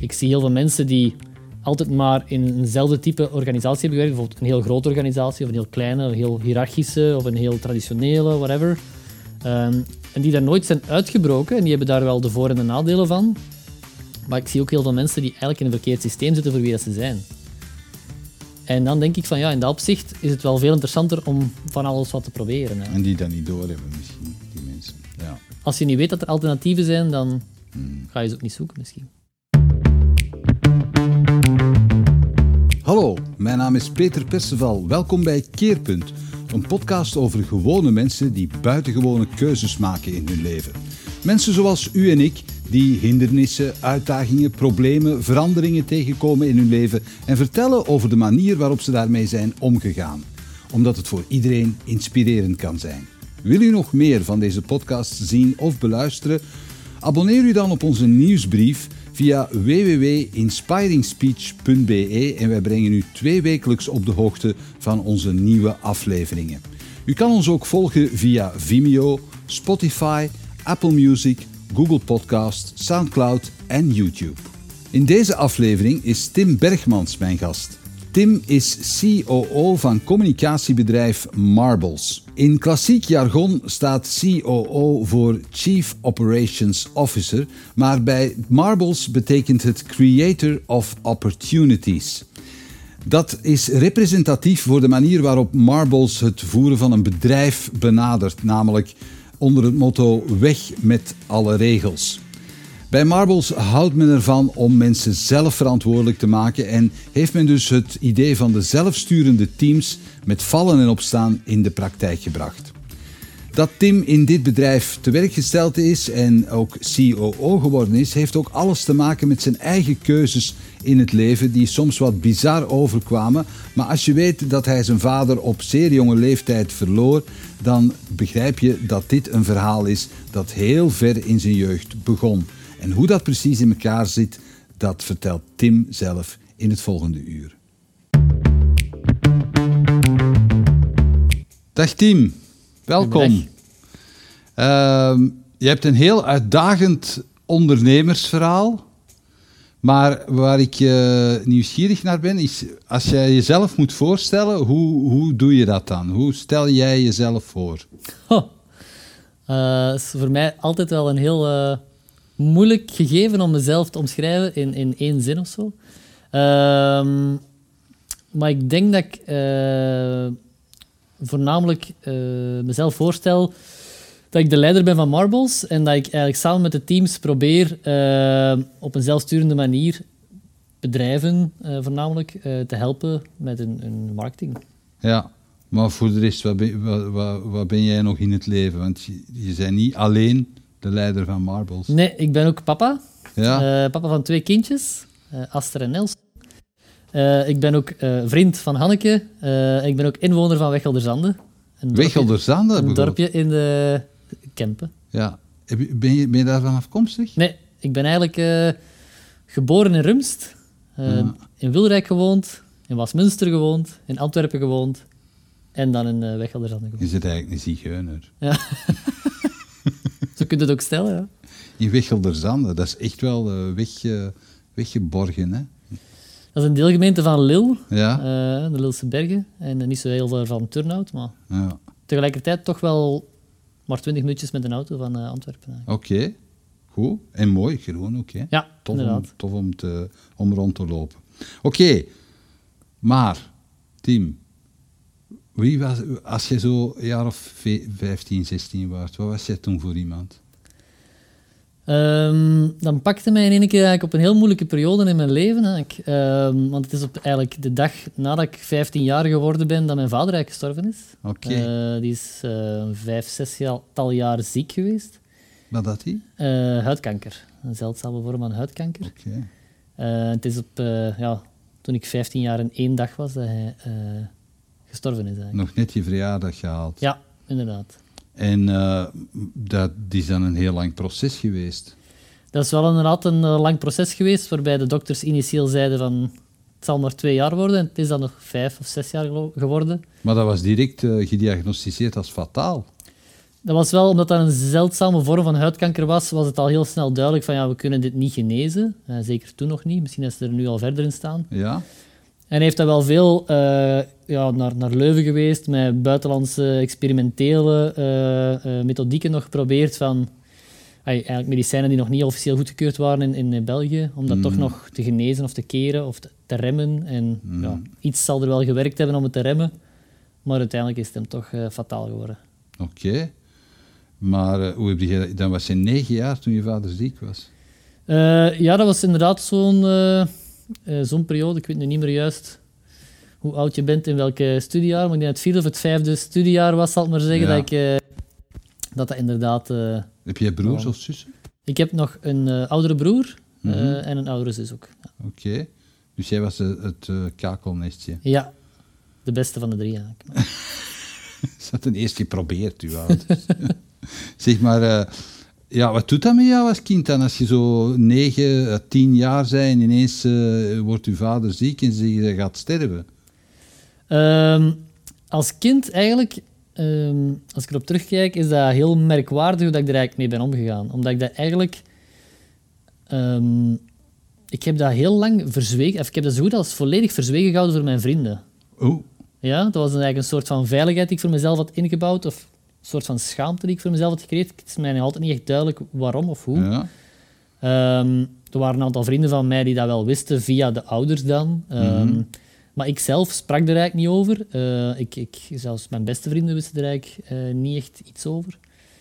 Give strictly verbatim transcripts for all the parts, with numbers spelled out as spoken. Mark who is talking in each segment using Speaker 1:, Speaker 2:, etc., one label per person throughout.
Speaker 1: ik zie heel veel mensen die altijd maar in eenzelfde type organisatie hebben gewerkt. Bijvoorbeeld een heel grote organisatie, of een heel kleine, een heel hiërarchische, of een heel traditionele, whatever. Um, en die daar nooit zijn uitgebroken. En die hebben daar wel de voor- en de nadelen van. Maar ik zie ook heel veel mensen die eigenlijk in een verkeerd systeem zitten voor wie dat ze zijn. En dan denk ik van ja, in dat opzicht is het wel veel interessanter om van alles wat te proberen. Hè.
Speaker 2: En die dat niet doorhebben misschien, die mensen. Ja.
Speaker 1: Als je niet weet dat er alternatieven zijn, dan
Speaker 2: Hmm.
Speaker 1: ga je ze ook niet zoeken misschien.
Speaker 2: Hallo, mijn naam is Peter Perceval. Welkom bij Keerpunt, een podcast over gewone mensen die buitengewone keuzes maken in hun leven. Mensen zoals u en ik, die hindernissen, uitdagingen, problemen, veranderingen tegenkomen in hun leven en vertellen over de manier waarop ze daarmee zijn omgegaan. Omdat het voor iedereen inspirerend kan zijn. Wil u nog meer van deze podcast zien of beluisteren? Abonneer u dan op onze nieuwsbrief via w w w punt inspiring speech punt b e en wij brengen u tweewekelijks op de hoogte van onze nieuwe afleveringen. U kan ons ook volgen via Vimeo, Spotify, Apple Music, Google Podcast, Soundcloud en YouTube. In deze aflevering is Tim Bergmans mijn gast. Tim is C O O van communicatiebedrijf Marbles. In klassiek jargon staat C O O voor Chief Operations Officer, maar bij Marbles betekent het Creator of Opportunities. Dat is representatief voor de manier waarop Marbles het voeren van een bedrijf benadert, namelijk onder het motto weg met alle regels. Bij Marbles houdt men ervan om mensen zelf verantwoordelijk te maken en heeft men dus het idee van de zelfsturende teams met vallen en opstaan in de praktijk gebracht. Dat Tim in dit bedrijf te werk gesteld is en ook C O O geworden is, heeft ook alles te maken met zijn eigen keuzes in het leven die soms wat bizar overkwamen. Maar als je weet dat hij zijn vader op zeer jonge leeftijd verloor, dan begrijp je dat dit een verhaal is dat heel ver in zijn jeugd begon. En hoe dat precies in elkaar zit, dat vertelt Tim zelf in het volgende uur. Dag Tim, welkom. Uh, je hebt een heel uitdagend ondernemersverhaal. Maar waar ik uh, nieuwsgierig naar ben, is als jij jezelf moet voorstellen, hoe, hoe doe je dat dan? Hoe stel jij jezelf voor?
Speaker 1: Oh. Uh, dat is voor mij altijd wel een heel uh, moeilijk gegeven om mezelf te omschrijven in, in één zin of zo. Uh, maar ik denk dat ik uh, voornamelijk uh, mezelf voorstel dat ik de leider ben van Marbles en dat ik eigenlijk samen met de teams probeer uh, op een zelfsturende manier bedrijven uh, voornamelijk uh, te helpen met hun, hun marketing.
Speaker 2: Ja, maar voor de rest, wat ben, wat, wat, wat ben jij nog in het leven? Want je, je bent niet alleen de leider van Marbles.
Speaker 1: Nee, ik ben ook papa.
Speaker 2: Ja.
Speaker 1: Uh, papa van twee kindjes, uh, Aster en Nels. Uh, ik ben ook uh, vriend van Hanneke. Uh, ik ben ook inwoner van Wechelderzande.
Speaker 2: Wechelderzande?
Speaker 1: Een dorpje in de Kempen.
Speaker 2: Ja. Ben je, ben je daarvan afkomstig?
Speaker 1: Nee, ik ben eigenlijk uh, geboren in Rumst, uh, ja. in Wilrijk gewoond, in Westminster gewoond, in Antwerpen gewoond en dan in uh, Wechelderzande gewoond.
Speaker 2: Je zit eigenlijk een zigeuner.
Speaker 1: Ja. Zo kun je het ook stellen, ja.
Speaker 2: In Wechelderzande, dat is echt wel uh, weg, uh, weggeborgen, hè?
Speaker 1: Dat is een deelgemeente van Lille,
Speaker 2: ja.
Speaker 1: uh, de Lilse Bergen, en uh, niet zo heel ver van Turnhout, maar
Speaker 2: ja.
Speaker 1: tegelijkertijd toch wel maar twintig minuutjes met een auto van uh, Antwerpen.
Speaker 2: Oké, okay. Goed. En mooi, gewoon ook. Hè?
Speaker 1: Ja,
Speaker 2: tof
Speaker 1: inderdaad.
Speaker 2: Om, tof om, te, om rond te lopen. Oké, okay. Maar, Tim, wie was, als je zo een jaar of vijftien, zestien was, wat was jij toen voor iemand?
Speaker 1: Um, dan pakte mij in één keer eigenlijk op een heel moeilijke periode in mijn leven. Eigenlijk. Um, want het is op eigenlijk de dag nadat ik vijftien jaar geworden ben dat mijn vader eigenlijk gestorven is.
Speaker 2: Okay.
Speaker 1: Uh, die is uh, vijf, zes jaar, tal jaar ziek geweest.
Speaker 2: Wat had hij?
Speaker 1: Uh, huidkanker. Een zeldzame vorm van huidkanker.
Speaker 2: Okay.
Speaker 1: Uh, het is op, uh, ja, toen ik vijftien jaar en één dag was dat hij uh, gestorven is. Eigenlijk.
Speaker 2: Nog net je verjaardag gehaald.
Speaker 1: Ja, inderdaad.
Speaker 2: En uh, dat is dan een heel lang proces geweest.
Speaker 1: Dat is wel inderdaad een uh, lang proces geweest, waarbij de dokters initieel zeiden van het zal maar twee jaar worden en het is dan nog vijf of zes jaar geworden.
Speaker 2: Maar dat was direct uh, gediagnosticeerd als fataal.
Speaker 1: dat was wel, omdat dat een zeldzame vorm van huidkanker was, was het al heel snel duidelijk van ja, we kunnen dit niet genezen. Uh, zeker toen nog niet. Misschien is ze er nu al verder in staan.
Speaker 2: Ja.
Speaker 1: En hij heeft dat wel veel uh, ja, naar, naar Leuven geweest, met buitenlandse experimentele uh, uh, methodieken nog geprobeerd van... Eigenlijk medicijnen die nog niet officieel goedgekeurd waren in, in België, om dat mm. toch nog te genezen of te keren of te, te remmen. En mm. ja, iets zal er wel gewerkt hebben om het te remmen, maar uiteindelijk is het hem toch uh, fataal geworden.
Speaker 2: Oké. Okay. Maar uh, hoe heb je, dan was je negen jaar toen je vader ziek was?
Speaker 1: Uh, ja, dat was inderdaad zo'n, uh, uh, zo'n periode. Ik weet nu niet meer juist hoe oud je bent in welke studiejaar, maar ik denk dat het vierde of het vijfde studiejaar was, zal ik maar zeggen, ja. dat, ik, uh, dat dat inderdaad... Uh,
Speaker 2: Heb jij broers oh. of zussen?
Speaker 1: Ik heb nog een uh, oudere broer mm-hmm. uh, en een oudere zus ook. Ja.
Speaker 2: Oké. Okay. Dus jij was uh, het uh, kakelnestje?
Speaker 1: Ja. De beste van de drie, eigenlijk.
Speaker 2: Ze had een eerst geprobeerd, uw ouders. Zeg maar, uh, ja, wat doet dat met jou als kind dan? Als je zo negen, tien jaar bent en ineens uh, wordt uw vader ziek en ze gaat sterven?
Speaker 1: Um, als kind eigenlijk... Um, als ik erop terugkijk, is dat heel merkwaardig hoe dat ik er eigenlijk mee ben omgegaan. Omdat ik dat eigenlijk... Um, ik heb dat heel lang verzwegen... Of ik heb dat zo goed als volledig verzwegen gehouden voor mijn vrienden.
Speaker 2: Oh.
Speaker 1: Ja, dat was eigenlijk een soort van veiligheid die ik voor mezelf had ingebouwd. Of een soort van schaamte die ik voor mezelf had gecreëerd. Het is mij nog altijd niet echt duidelijk waarom of hoe.
Speaker 2: Ja.
Speaker 1: Um, er waren een aantal vrienden van mij die dat wel wisten, via de ouders dan. Um, mm-hmm. Maar ik zelf sprak er eigenlijk niet over. Uh, ik, ik, zelfs mijn beste vrienden wisten er eigenlijk uh, niet echt iets over.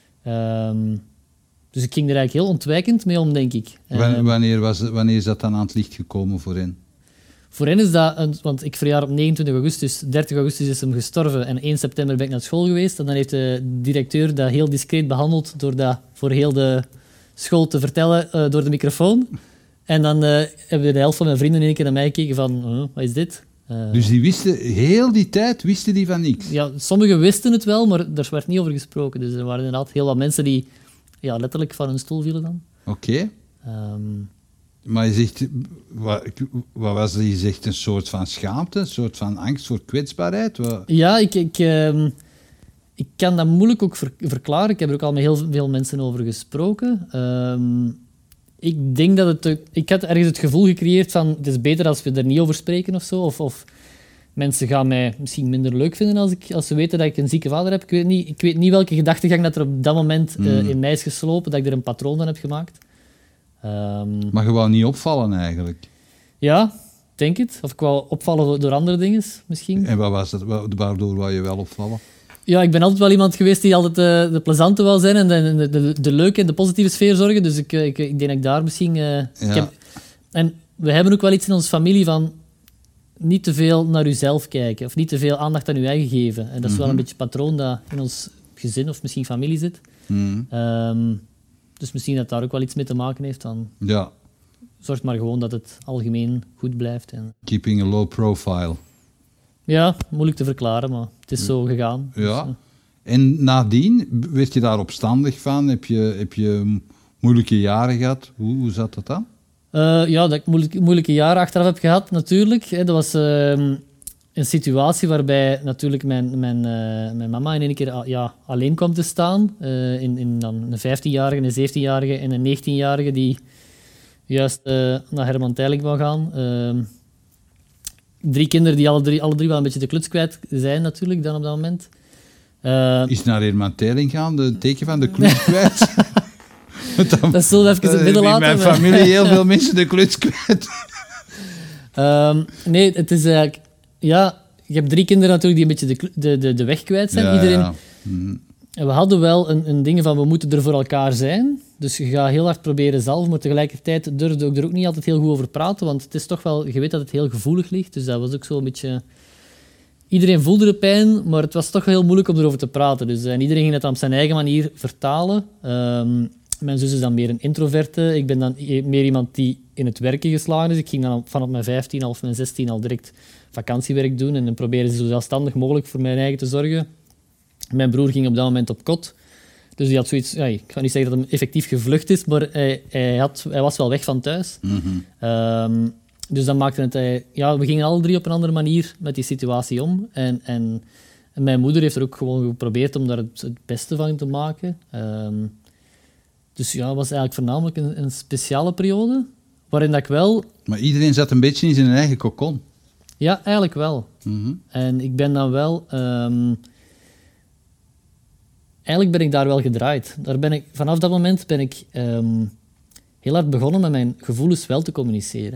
Speaker 1: Um, dus ik ging er eigenlijk heel ontwijkend mee om, denk ik.
Speaker 2: Um, wanneer, was, wanneer is dat dan aan het licht gekomen voor hen?
Speaker 1: Voor hen is dat... Een, want ik verjaar op negenentwintig augustus, dertig augustus is hem gestorven en één september ben ik naar school geweest. En dan heeft de directeur dat heel discreet behandeld door dat voor heel de school te vertellen uh, door de microfoon. En dan uh, hebben de helft van mijn vrienden in één keer naar mij gekeken van, uh, wat is dit?
Speaker 2: Uh, dus die wisten, heel die tijd wisten die van niks?
Speaker 1: Ja, sommigen wisten het wel, maar er werd niet over gesproken. Dus er waren inderdaad heel wat mensen die ja, letterlijk van hun stoel vielen dan.
Speaker 2: Oké. Okay.
Speaker 1: Um,
Speaker 2: maar je zegt, wat, wat was dat? Je zegt een soort van schaamte, een soort van angst voor kwetsbaarheid? Wat?
Speaker 1: Ja, ik, ik, um, ik kan dat moeilijk ook ver, verklaren. Ik heb er ook al met heel veel mensen over gesproken. Um, ik denk dat het... Ik had ergens het gevoel gecreëerd van het is beter als we er niet over spreken of zo. Of, of mensen gaan mij misschien minder leuk vinden als, ik, als ze weten dat ik een zieke vader heb. Ik weet niet, ik weet niet welke gedachtegang dat er op dat moment mm. uh, in mij is geslopen, dat ik er een patroon van heb gemaakt. Um,
Speaker 2: maar je wou niet opvallen eigenlijk?
Speaker 1: Ja, denk het. Of ik wou opvallen door andere dingen misschien.
Speaker 2: En wat was dat? Waardoor wou je wel opvallen?
Speaker 1: Ja, ik ben altijd wel iemand geweest die altijd uh, de plezante wil zijn en de, de, de, de leuke en de positieve sfeer zorgen. Dus ik, ik, ik denk dat ik daar misschien... Uh,
Speaker 2: ja.
Speaker 1: ik heb, en we hebben ook wel iets in onze familie van niet te veel naar uzelf kijken of niet te veel aandacht aan uw eigen geven. En dat is mm-hmm. wel een beetje een patroon dat in ons gezin of misschien familie zit.
Speaker 2: Mm.
Speaker 1: Um, dus misschien dat daar ook wel iets mee te maken heeft. Dan
Speaker 2: ja.
Speaker 1: Zorg maar gewoon dat het algemeen goed blijft. En...
Speaker 2: Keeping a low profile.
Speaker 1: Ja, moeilijk te verklaren, maar het is zo gegaan.
Speaker 2: Ja.
Speaker 1: Dus, uh...
Speaker 2: En nadien, werd je daar opstandig van? Heb je, heb je moeilijke jaren gehad? Hoe, hoe zat dat dan?
Speaker 1: Uh, ja, dat ik moeilijke, moeilijke jaren achteraf heb gehad, natuurlijk. Dat was uh, een situatie waarbij natuurlijk mijn, mijn, uh, mijn mama in één keer ja, alleen kwam te staan. Uh, in, in dan een vijftienjarige, een zeventienjarige en een negentienjarige die juist uh, naar Herman Teiling wou gaan. Uh, drie kinderen die alle drie, alle drie wel een beetje de kluts kwijt zijn natuurlijk dan op dat moment. Uh,
Speaker 2: Is naar Herman Teiling gaan, de teken van de kluts kwijt?
Speaker 1: Dan, dat zullen we even in het midden laten.
Speaker 2: In mijn maar... familie heel veel mensen de kluts kwijt.
Speaker 1: um, nee, het is eigenlijk... Ja, je hebt drie kinderen natuurlijk die een beetje de, de, de, de weg kwijt zijn.
Speaker 2: Ja,
Speaker 1: Iedereen...
Speaker 2: Ja. Mm.
Speaker 1: En we hadden wel een, een ding van we moeten er voor elkaar zijn. Dus je gaat heel hard proberen zelf, maar tegelijkertijd durfde ik er ook niet altijd heel goed over praten, want het is toch wel... Je weet dat het heel gevoelig ligt, dus dat was ook zo een beetje... Iedereen voelde de pijn, maar het was toch heel moeilijk om erover te praten. Dus, en iedereen ging het op zijn eigen manier vertalen. Um, mijn zus is dan meer een introverte. Ik ben dan meer iemand die in het werken geslagen is. Ik ging dan vanaf mijn vijftien, half mijn zestien al direct vakantiewerk doen en dan probeerde zo zelfstandig mogelijk voor mijn eigen te zorgen. Mijn broer ging op dat moment op kot. Dus die had zoiets... Ja, ik ga niet zeggen dat hij effectief gevlucht is, maar hij, hij, had, hij was wel weg van thuis.
Speaker 2: Mm-hmm.
Speaker 1: Um, dus dat maakte het... Ja, we gingen alle drie op een andere manier met die situatie om. En, en En mijn moeder heeft er ook gewoon geprobeerd om daar het, het beste van te maken. Um, dus ja, het was eigenlijk voornamelijk een, een speciale periode, waarin dat ik wel...
Speaker 2: Maar iedereen zat een beetje in zijn eigen kokon.
Speaker 1: Ja, eigenlijk wel.
Speaker 2: Mm-hmm.
Speaker 1: En ik ben dan wel... Um, eigenlijk ben ik daar wel gedraaid. Daar ben ik, vanaf dat moment ben ik um, heel hard begonnen met mijn gevoelens wel te communiceren.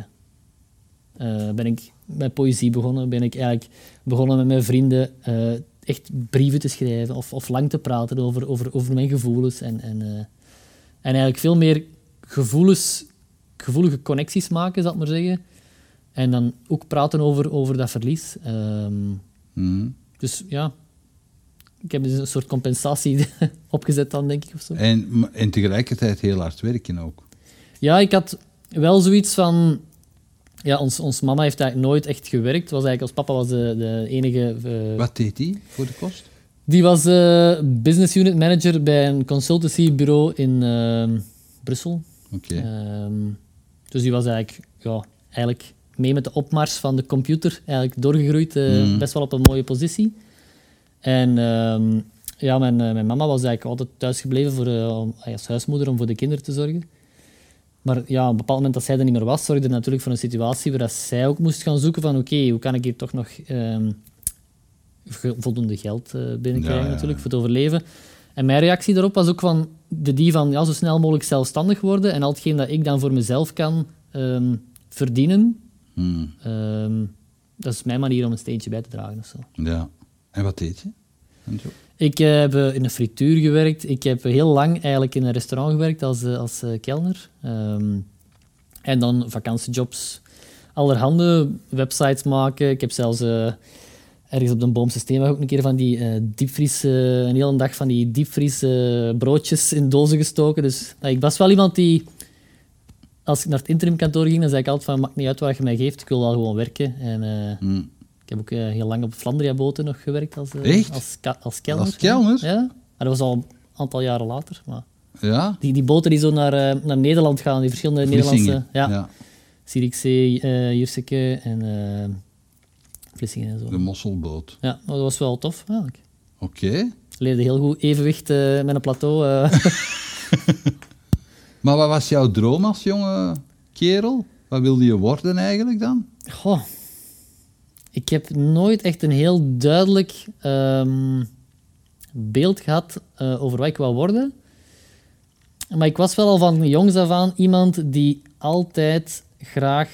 Speaker 1: Uh, ben ik met poëzie begonnen, ben ik eigenlijk begonnen met mijn vrienden uh, echt brieven te schrijven of, of lang te praten over, over, over mijn gevoelens. En, en, uh, en eigenlijk veel meer gevoelens, gevoelige connecties maken, zal ik maar zeggen. En dan ook praten over, over dat verlies. Um, mm. Dus ja, ik heb dus een soort compensatie opgezet dan, denk ik. Of zo.
Speaker 2: En, en tegelijkertijd heel hard werken ook.
Speaker 1: Ja, ik had wel zoiets van... Ja, ons, ons mama heeft eigenlijk nooit echt gewerkt. Was eigenlijk, als papa was de, de enige... Uh,
Speaker 2: Wat deed die voor de kost?
Speaker 1: Die was uh, business unit manager bij een consultancybureau in uh, Brussel.
Speaker 2: Oké. Okay.
Speaker 1: Um, dus die was eigenlijk, ja, eigenlijk mee met de opmars van de computer eigenlijk doorgegroeid. Uh, mm. Best wel op een mooie positie. En um, ja, mijn, uh, mijn mama was eigenlijk altijd thuisgebleven voor, uh, als huismoeder om voor de kinderen te zorgen. Maar ja, op een bepaald moment dat zij er niet meer was, zorgde natuurlijk voor een situatie waar zij ook moest gaan zoeken van oké, okay, hoe kan ik hier toch nog um, voldoende geld uh, binnenkrijgen ja, ja, natuurlijk, ja. voor het overleven. En mijn reactie daarop was ook van de die van ja, zo snel mogelijk zelfstandig worden en al hetgeen dat ik dan voor mezelf kan um, verdienen, hmm. um, dat is mijn manier om een steentje bij te dragen. Of zo.
Speaker 2: Ja. En wat deed je?
Speaker 1: Ik uh, heb uh, in een frituur gewerkt. Ik heb uh, heel lang eigenlijk in een restaurant gewerkt als, uh, als uh, kelner. Um, en dan vakantiejobs, allerhande websites maken. Ik heb zelfs uh, ergens op de Boomsysteem ook een keer van die uh, diepvries, uh, een hele dag van die diepvries uh, broodjes in dozen gestoken. Dus uh, ik was wel iemand die, als ik naar het interimkantoor ging, dan zei ik altijd van, maakt niet uit wat je mij geeft, ik wil wel gewoon werken. En, uh, hmm. Ik heb ook uh, heel lang op Flandria-boten nog gewerkt als, uh, als, ka- als kelner.
Speaker 2: Als kelner?
Speaker 1: Ja. Maar dat was al een aantal jaren later. Maar
Speaker 2: ja?
Speaker 1: Die, die boten die zo naar, uh, naar Nederland gaan, die verschillende
Speaker 2: Vlissingen.
Speaker 1: Nederlandse... Ja.
Speaker 2: ja.
Speaker 1: Zierikzee, uh, Jirseke en uh, Vlissingen en zo.
Speaker 2: De mosselboot.
Speaker 1: Ja, dat was wel tof eigenlijk.
Speaker 2: Oké. Okay.
Speaker 1: Ik leerde heel goed evenwicht uh, met een plateau. Uh.
Speaker 2: Maar wat was jouw droom als jonge kerel? Wat wilde je worden eigenlijk dan?
Speaker 1: Goh... Ik heb nooit echt een heel duidelijk um, beeld gehad uh, over wat ik wou worden. Maar ik was wel al van jongs af aan iemand die altijd graag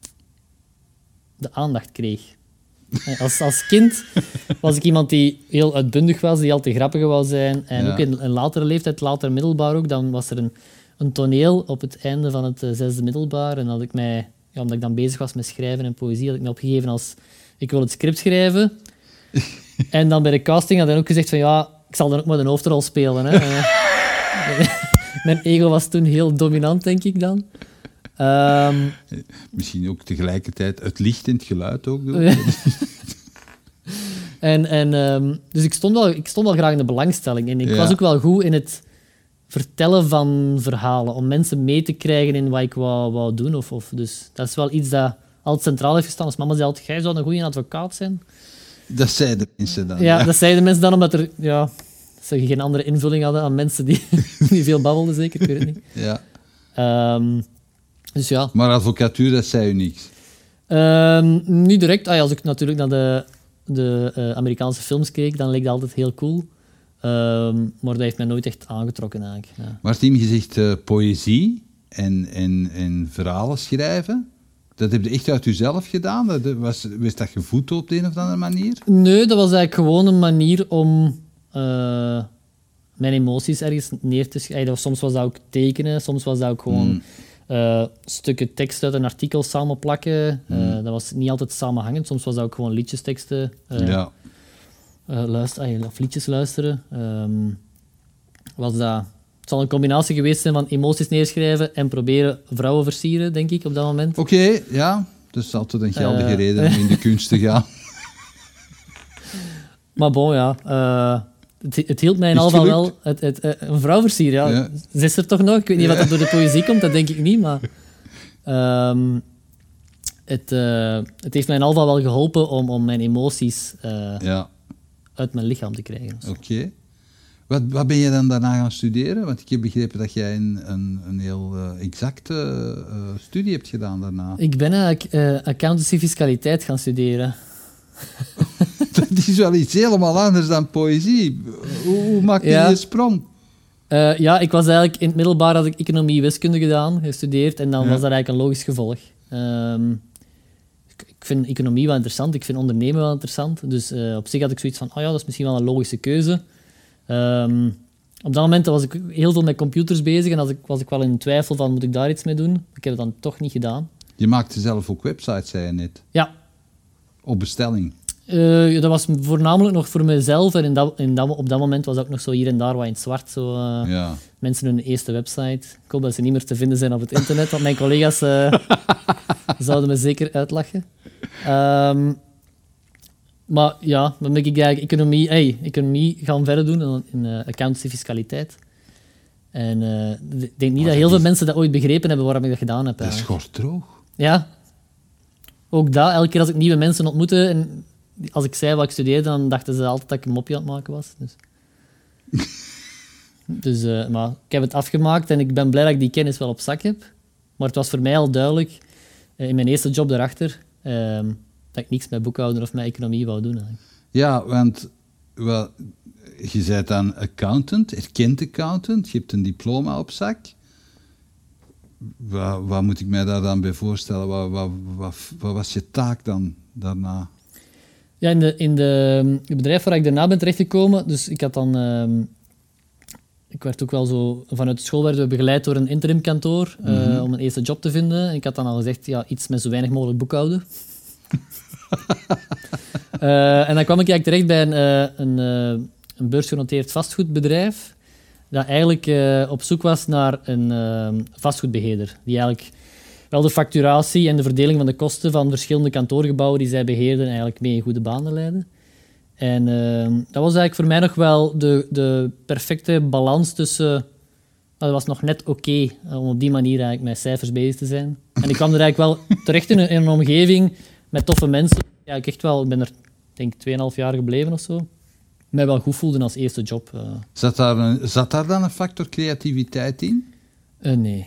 Speaker 1: de aandacht kreeg. Als, als kind was ik iemand die heel uitbundig was, die altijd grappig wou zijn. En ja. ook in een latere leeftijd, later middelbaar ook, dan was er een, een toneel op het einde van het uh, zesde middelbaar. En had ik mij, ja, omdat ik dan bezig was met schrijven en poëzie, had ik me opgegeven als... Ik wil het script schrijven. En dan bij de casting had hij ook gezegd van ja, ik zal dan ook maar een hoofdrol spelen. Hè. Mijn ego was toen heel dominant, denk ik dan. Um,
Speaker 2: Misschien ook tegelijkertijd het licht en het geluid ook doen.
Speaker 1: en, en, um, dus ik stond, wel, ik stond wel graag in de belangstelling. En ik ja. was ook wel goed in het vertellen van verhalen. Om mensen mee te krijgen in wat ik wou, wou doen. Of, of, dus dat is wel iets dat... altijd centraal heeft gestaan. Als mama zei altijd, jij zou een goede advocaat zijn.
Speaker 2: Dat zeiden mensen dan.
Speaker 1: Ja, ja, dat zeiden mensen dan omdat er, ja, ze geen andere invulling hadden aan mensen die, die veel babbelden, zeker. Ik weet het niet.
Speaker 2: Ja.
Speaker 1: Um, dus ja.
Speaker 2: Maar advocatuur, dat zei u niks?
Speaker 1: Um, niet direct. Ah, ja, als ik natuurlijk naar de, de uh, Amerikaanse films keek, dan leek dat altijd heel cool. Um, maar dat heeft mij nooit echt aangetrokken eigenlijk. Ja.
Speaker 2: Maar Tim, je zegt uh, poëzie en, en, en verhalen schrijven. Dat heb je echt uit jezelf gedaan? Dat was, was dat gevoed op de een of andere manier?
Speaker 1: Nee, dat was eigenlijk gewoon een manier om uh, mijn emoties ergens neer te schrijven. Soms was dat ook tekenen, soms was dat ook gewoon mm. uh, stukken tekst uit een artikel samenplakken. Mm. Uh, dat was niet altijd samenhangend, soms was dat ook gewoon liedjesteksten. Uh,
Speaker 2: ja.
Speaker 1: uh, luister, of liedjes luisteren. Um, was dat... Het zal een combinatie geweest zijn van emoties neerschrijven en proberen vrouwen versieren, denk ik, op dat moment.
Speaker 2: Oké, okay, ja. Dat is altijd een geldige uh, reden om in de kunst te gaan.
Speaker 1: Maar bon, ja. Uh, het, het hield mij in ieder geval wel... Het, het, uh, een vrouw versieren, ja. ja. Ze is er toch nog? Ik weet niet ja. wat dat door de poëzie komt, dat denk ik niet, maar... Um, het, uh, het heeft mij in ieder geval wel geholpen om, om mijn emoties uh,
Speaker 2: ja.
Speaker 1: uit mijn lichaam te krijgen.
Speaker 2: Oké. Okay. Wat, wat ben je dan daarna gaan studeren? Want ik heb begrepen dat jij een, een, een heel uh, exacte uh, studie hebt gedaan daarna.
Speaker 1: Ik ben eigenlijk uh, accountancy fiscaliteit gaan studeren.
Speaker 2: Dat is wel iets helemaal anders dan poëzie. Hoe, hoe maak je
Speaker 1: ja.
Speaker 2: die sprong?
Speaker 1: Uh, ja, ik was eigenlijk in het middelbaar had ik economie wiskunde gedaan, gestudeerd, en dan ja. was dat eigenlijk een logisch gevolg. Um, ik, ik vind economie wel interessant, ik vind ondernemen wel interessant. Dus uh, op zich had ik zoiets van, oh ja, dat is misschien wel een logische keuze. Um, op dat moment was ik heel veel met computers bezig en was ik, was ik wel in twijfel van, moet ik daar iets mee doen? Ik heb het dan toch niet gedaan.
Speaker 2: Je maakte zelf ook websites, zei je net.
Speaker 1: Ja.
Speaker 2: Op bestelling?
Speaker 1: Uh, dat was voornamelijk nog voor mezelf en in dat, in dat, op dat moment was dat ook nog zo hier en daar wat in het zwart. Zo, uh, ja. Mensen hun eerste website. Ik hoop dat ze niet meer te vinden zijn op het internet, want mijn collega's uh, zouden me zeker uitlachen. Um, maar ja, dan ben ik eigenlijk economie, hey, economie gaan verder doen in uh, accountancy fiscaliteit. En uh, ik denk niet maar dat heel veel is... mensen dat ooit begrepen hebben waarom ik dat gedaan heb.
Speaker 2: Dat is droog.
Speaker 1: Ja. Ook dat, elke keer als ik nieuwe mensen ontmoette en als ik zei wat ik studeerde, dan dachten ze altijd dat ik een mopje aan het maken was. Dus, dus uh, maar ik heb het afgemaakt en ik ben blij dat ik die kennis wel op zak heb. Maar het was voor mij al duidelijk, uh, in mijn eerste job daarachter, uh, dat ik niks met boekhouden of met economie wou doen. Eigenlijk.
Speaker 2: Ja, want wel, je bent dan accountant, erkend accountant, je hebt een diploma op zak. Wat, wat moet ik mij daar dan bij voorstellen? Wat, wat, wat, wat was je taak dan daarna?
Speaker 1: Ja, in, de, in de, het bedrijf waar ik daarna ben terechtgekomen, dus ik had dan... Uh, ik werd ook wel zo... Vanuit de school werden we begeleid door een interimkantoor uh, mm-hmm. om een eerste job te vinden. En ik had dan al gezegd, ja, iets met zo weinig mogelijk boekhouden. uh, en dan kwam ik eigenlijk terecht bij een, uh, een, uh, een beursgenoteerd vastgoedbedrijf dat eigenlijk uh, op zoek was naar een uh, vastgoedbeheerder. Die eigenlijk wel de facturatie en de verdeling van de kosten van verschillende kantoorgebouwen die zij beheerden eigenlijk mee in goede banen leiden. En uh, dat was eigenlijk voor mij nog wel de, de perfecte balans tussen... Nou, dat was nog net oké okay, om op die manier eigenlijk met cijfers bezig te zijn. En ik kwam er eigenlijk wel terecht in een, in een omgeving met toffe mensen. Ja, ik, echt wel, ik ben er denk tweeënhalf jaar gebleven of zo. Mij wel goed voelde als eerste job. Uh.
Speaker 2: Zat, daar een, zat daar dan een factor creativiteit in?
Speaker 1: Uh, nee.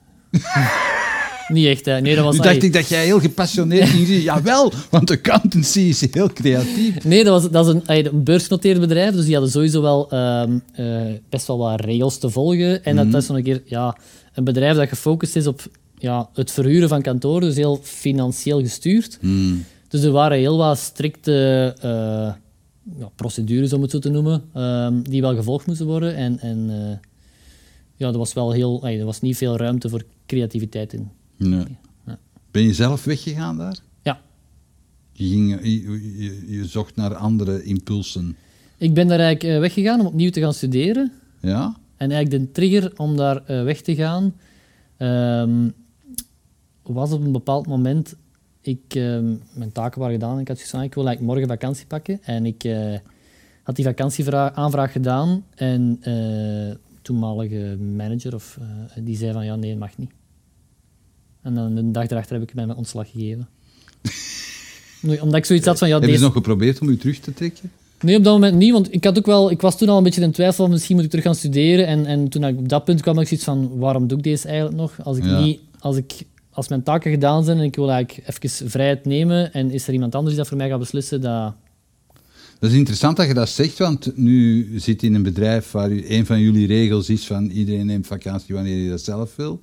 Speaker 1: Niet echt, hè. Nee, dat was...
Speaker 2: Nu dacht ik dat jij heel gepassioneerd ging zeggen, jawel, want accountancy is heel creatief.
Speaker 1: Nee, dat was, dat was een, een beursgenoteerd bedrijf, dus die hadden sowieso wel uh, uh, best wel wat regels te volgen. En mm-hmm. dat is nog een keer ja, een bedrijf dat gefocust is op ja, het verhuren van kantoren, dus heel financieel gestuurd. Mm. Dus er waren heel wat strikte uh, ja, procedures, om het zo te noemen, uh, die wel gevolgd moesten worden. En, en uh, ja, er was wel heel, uh, er was niet veel ruimte voor creativiteit in.
Speaker 2: Nee. Ja. Ben je zelf weggegaan daar?
Speaker 1: Ja.
Speaker 2: Je, ging, je, je, je zocht naar andere impulsen?
Speaker 1: Ik ben daar eigenlijk weggegaan om opnieuw te gaan studeren.
Speaker 2: Ja?
Speaker 1: En eigenlijk de trigger om daar weg te gaan um, was op een bepaald moment... Ik, um, mijn taken waren gedaan en ik had gezegd, ik wil eigenlijk morgen vakantie pakken. En ik uh, had die vakantieaanvraag gedaan en uh, toenmalige manager of, uh, die zei van ja, nee, dat mag niet. En dan de dag erachter heb ik mij mijn ontslag gegeven. Omdat ik zoiets had van... Ja,
Speaker 2: heb je
Speaker 1: deze...
Speaker 2: nog geprobeerd om je terug te trekken?
Speaker 1: Nee, op dat moment niet, want ik, had ook wel, ik was toen al een beetje in twijfel, misschien moet ik terug gaan studeren. En, en toen ik op dat punt kwam, ik zoiets van, waarom doe ik deze eigenlijk nog? Als, ik ja. niet, als, ik, als mijn taken gedaan zijn en ik wil eigenlijk even vrijheid nemen en is er iemand anders die dat voor mij gaat beslissen, dat...
Speaker 2: Dat is interessant dat je dat zegt, want nu zit je in een bedrijf waar een van jullie regels is van iedereen neemt vakantie wanneer je dat zelf wil.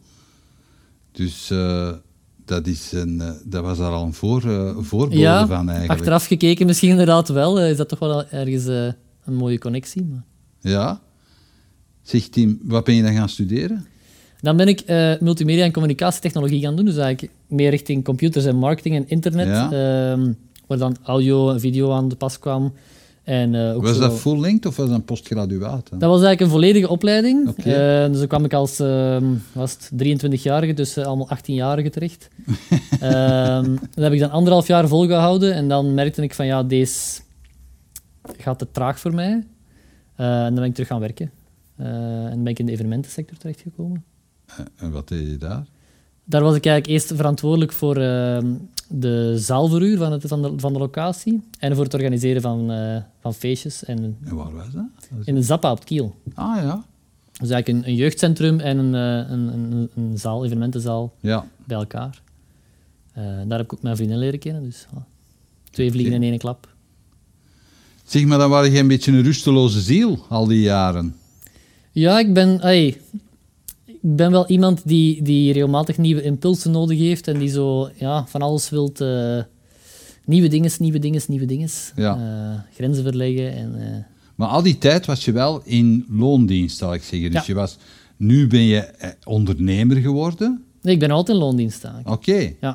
Speaker 2: Dus uh, dat, is een, uh, dat was daar al een voor, uh, voorbode
Speaker 1: ja,
Speaker 2: van eigenlijk.
Speaker 1: Achteraf gekeken misschien inderdaad wel. Uh, is dat toch wel ergens uh, een mooie connectie. Maar...
Speaker 2: Ja. Zeg Tim, wat ben je dan gaan studeren?
Speaker 1: Dan ben ik uh, multimedia en communicatietechnologie gaan doen. Dus eigenlijk meer richting computers en marketing en internet. Ja. Uh, waar dan audio en video aan de pas kwam. En, uh, ook
Speaker 2: was
Speaker 1: zo...
Speaker 2: dat full-length of was dat een postgraduaat? Dan?
Speaker 1: Dat was eigenlijk een volledige opleiding.
Speaker 2: Okay.
Speaker 1: Uh, dus dan kwam ik als uh, was het drieëntwintigjarige, dus uh, allemaal achttienjarigen terecht. uh, dat heb ik dan anderhalf jaar volgehouden en dan merkte ik van ja, deze gaat te traag voor mij. Uh, en dan ben ik terug gaan werken. Uh, en ben ik in de evenementensector terechtgekomen.
Speaker 2: Uh, en wat deed je daar?
Speaker 1: daar was ik eigenlijk eerst verantwoordelijk voor uh, de zaalverhuur van, het, van, de, van de locatie en voor het organiseren van, uh, van feestjes. En,
Speaker 2: en waar was dat? Was
Speaker 1: in de Zappa op het Kiel.
Speaker 2: Ah ja.
Speaker 1: Dus eigenlijk een, een jeugdcentrum en een, uh, een, een, een zaal, evenementenzaal
Speaker 2: ja. bij
Speaker 1: elkaar. Uh, daar heb ik ook mijn vriendin leren kennen. Dus uh, twee vliegen okay. in één klap.
Speaker 2: Zeg, maar dan waren je een beetje een rusteloze ziel al die jaren.
Speaker 1: Ja, ik ben, hey, ik ben wel iemand die, die regelmatig nieuwe impulsen nodig heeft en die zo ja, van alles wilt. Uh, nieuwe dingen, nieuwe dingen, nieuwe dingen.
Speaker 2: Ja.
Speaker 1: Uh, grenzen verleggen. En, uh...
Speaker 2: Maar al die tijd was je wel in loondienst, zal ik zeggen. Dus ja. je was, nu ben je ondernemer geworden.
Speaker 1: Nee, ik ben altijd in loondienst.
Speaker 2: Oké. Okay.
Speaker 1: Ja.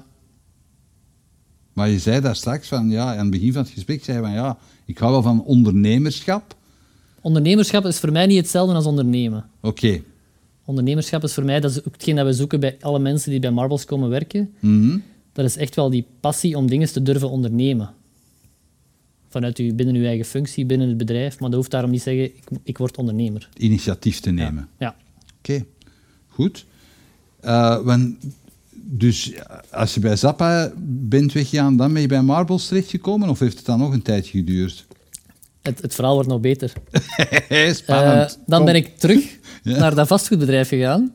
Speaker 2: Maar je zei daar straks van, ja, aan het begin van het gesprek zei je van, ja, ik hou wel van ondernemerschap.
Speaker 1: Ondernemerschap is voor mij niet hetzelfde als ondernemen.
Speaker 2: Oké. Okay.
Speaker 1: Ondernemerschap is voor mij, dat is ook hetgeen dat we zoeken bij alle mensen die bij Marbles komen werken.
Speaker 2: Mm-hmm.
Speaker 1: Dat is echt wel die passie om dingen te durven ondernemen. Vanuit u, binnen uw eigen functie, binnen het bedrijf. Maar dat hoeft daarom niet te zeggen, ik, ik word ondernemer.
Speaker 2: Initiatief te nemen.
Speaker 1: Ja. ja.
Speaker 2: Oké, okay. Goed. Uh, when, dus als je bij Zappa bent weggegaan, dan ben je bij Marbles terechtgekomen? Of heeft het dan nog een tijdje geduurd?
Speaker 1: Het, het verhaal wordt nog beter.
Speaker 2: Spannend.
Speaker 1: Uh, dan Kom. ben ik terug ja. naar dat vastgoedbedrijf gegaan.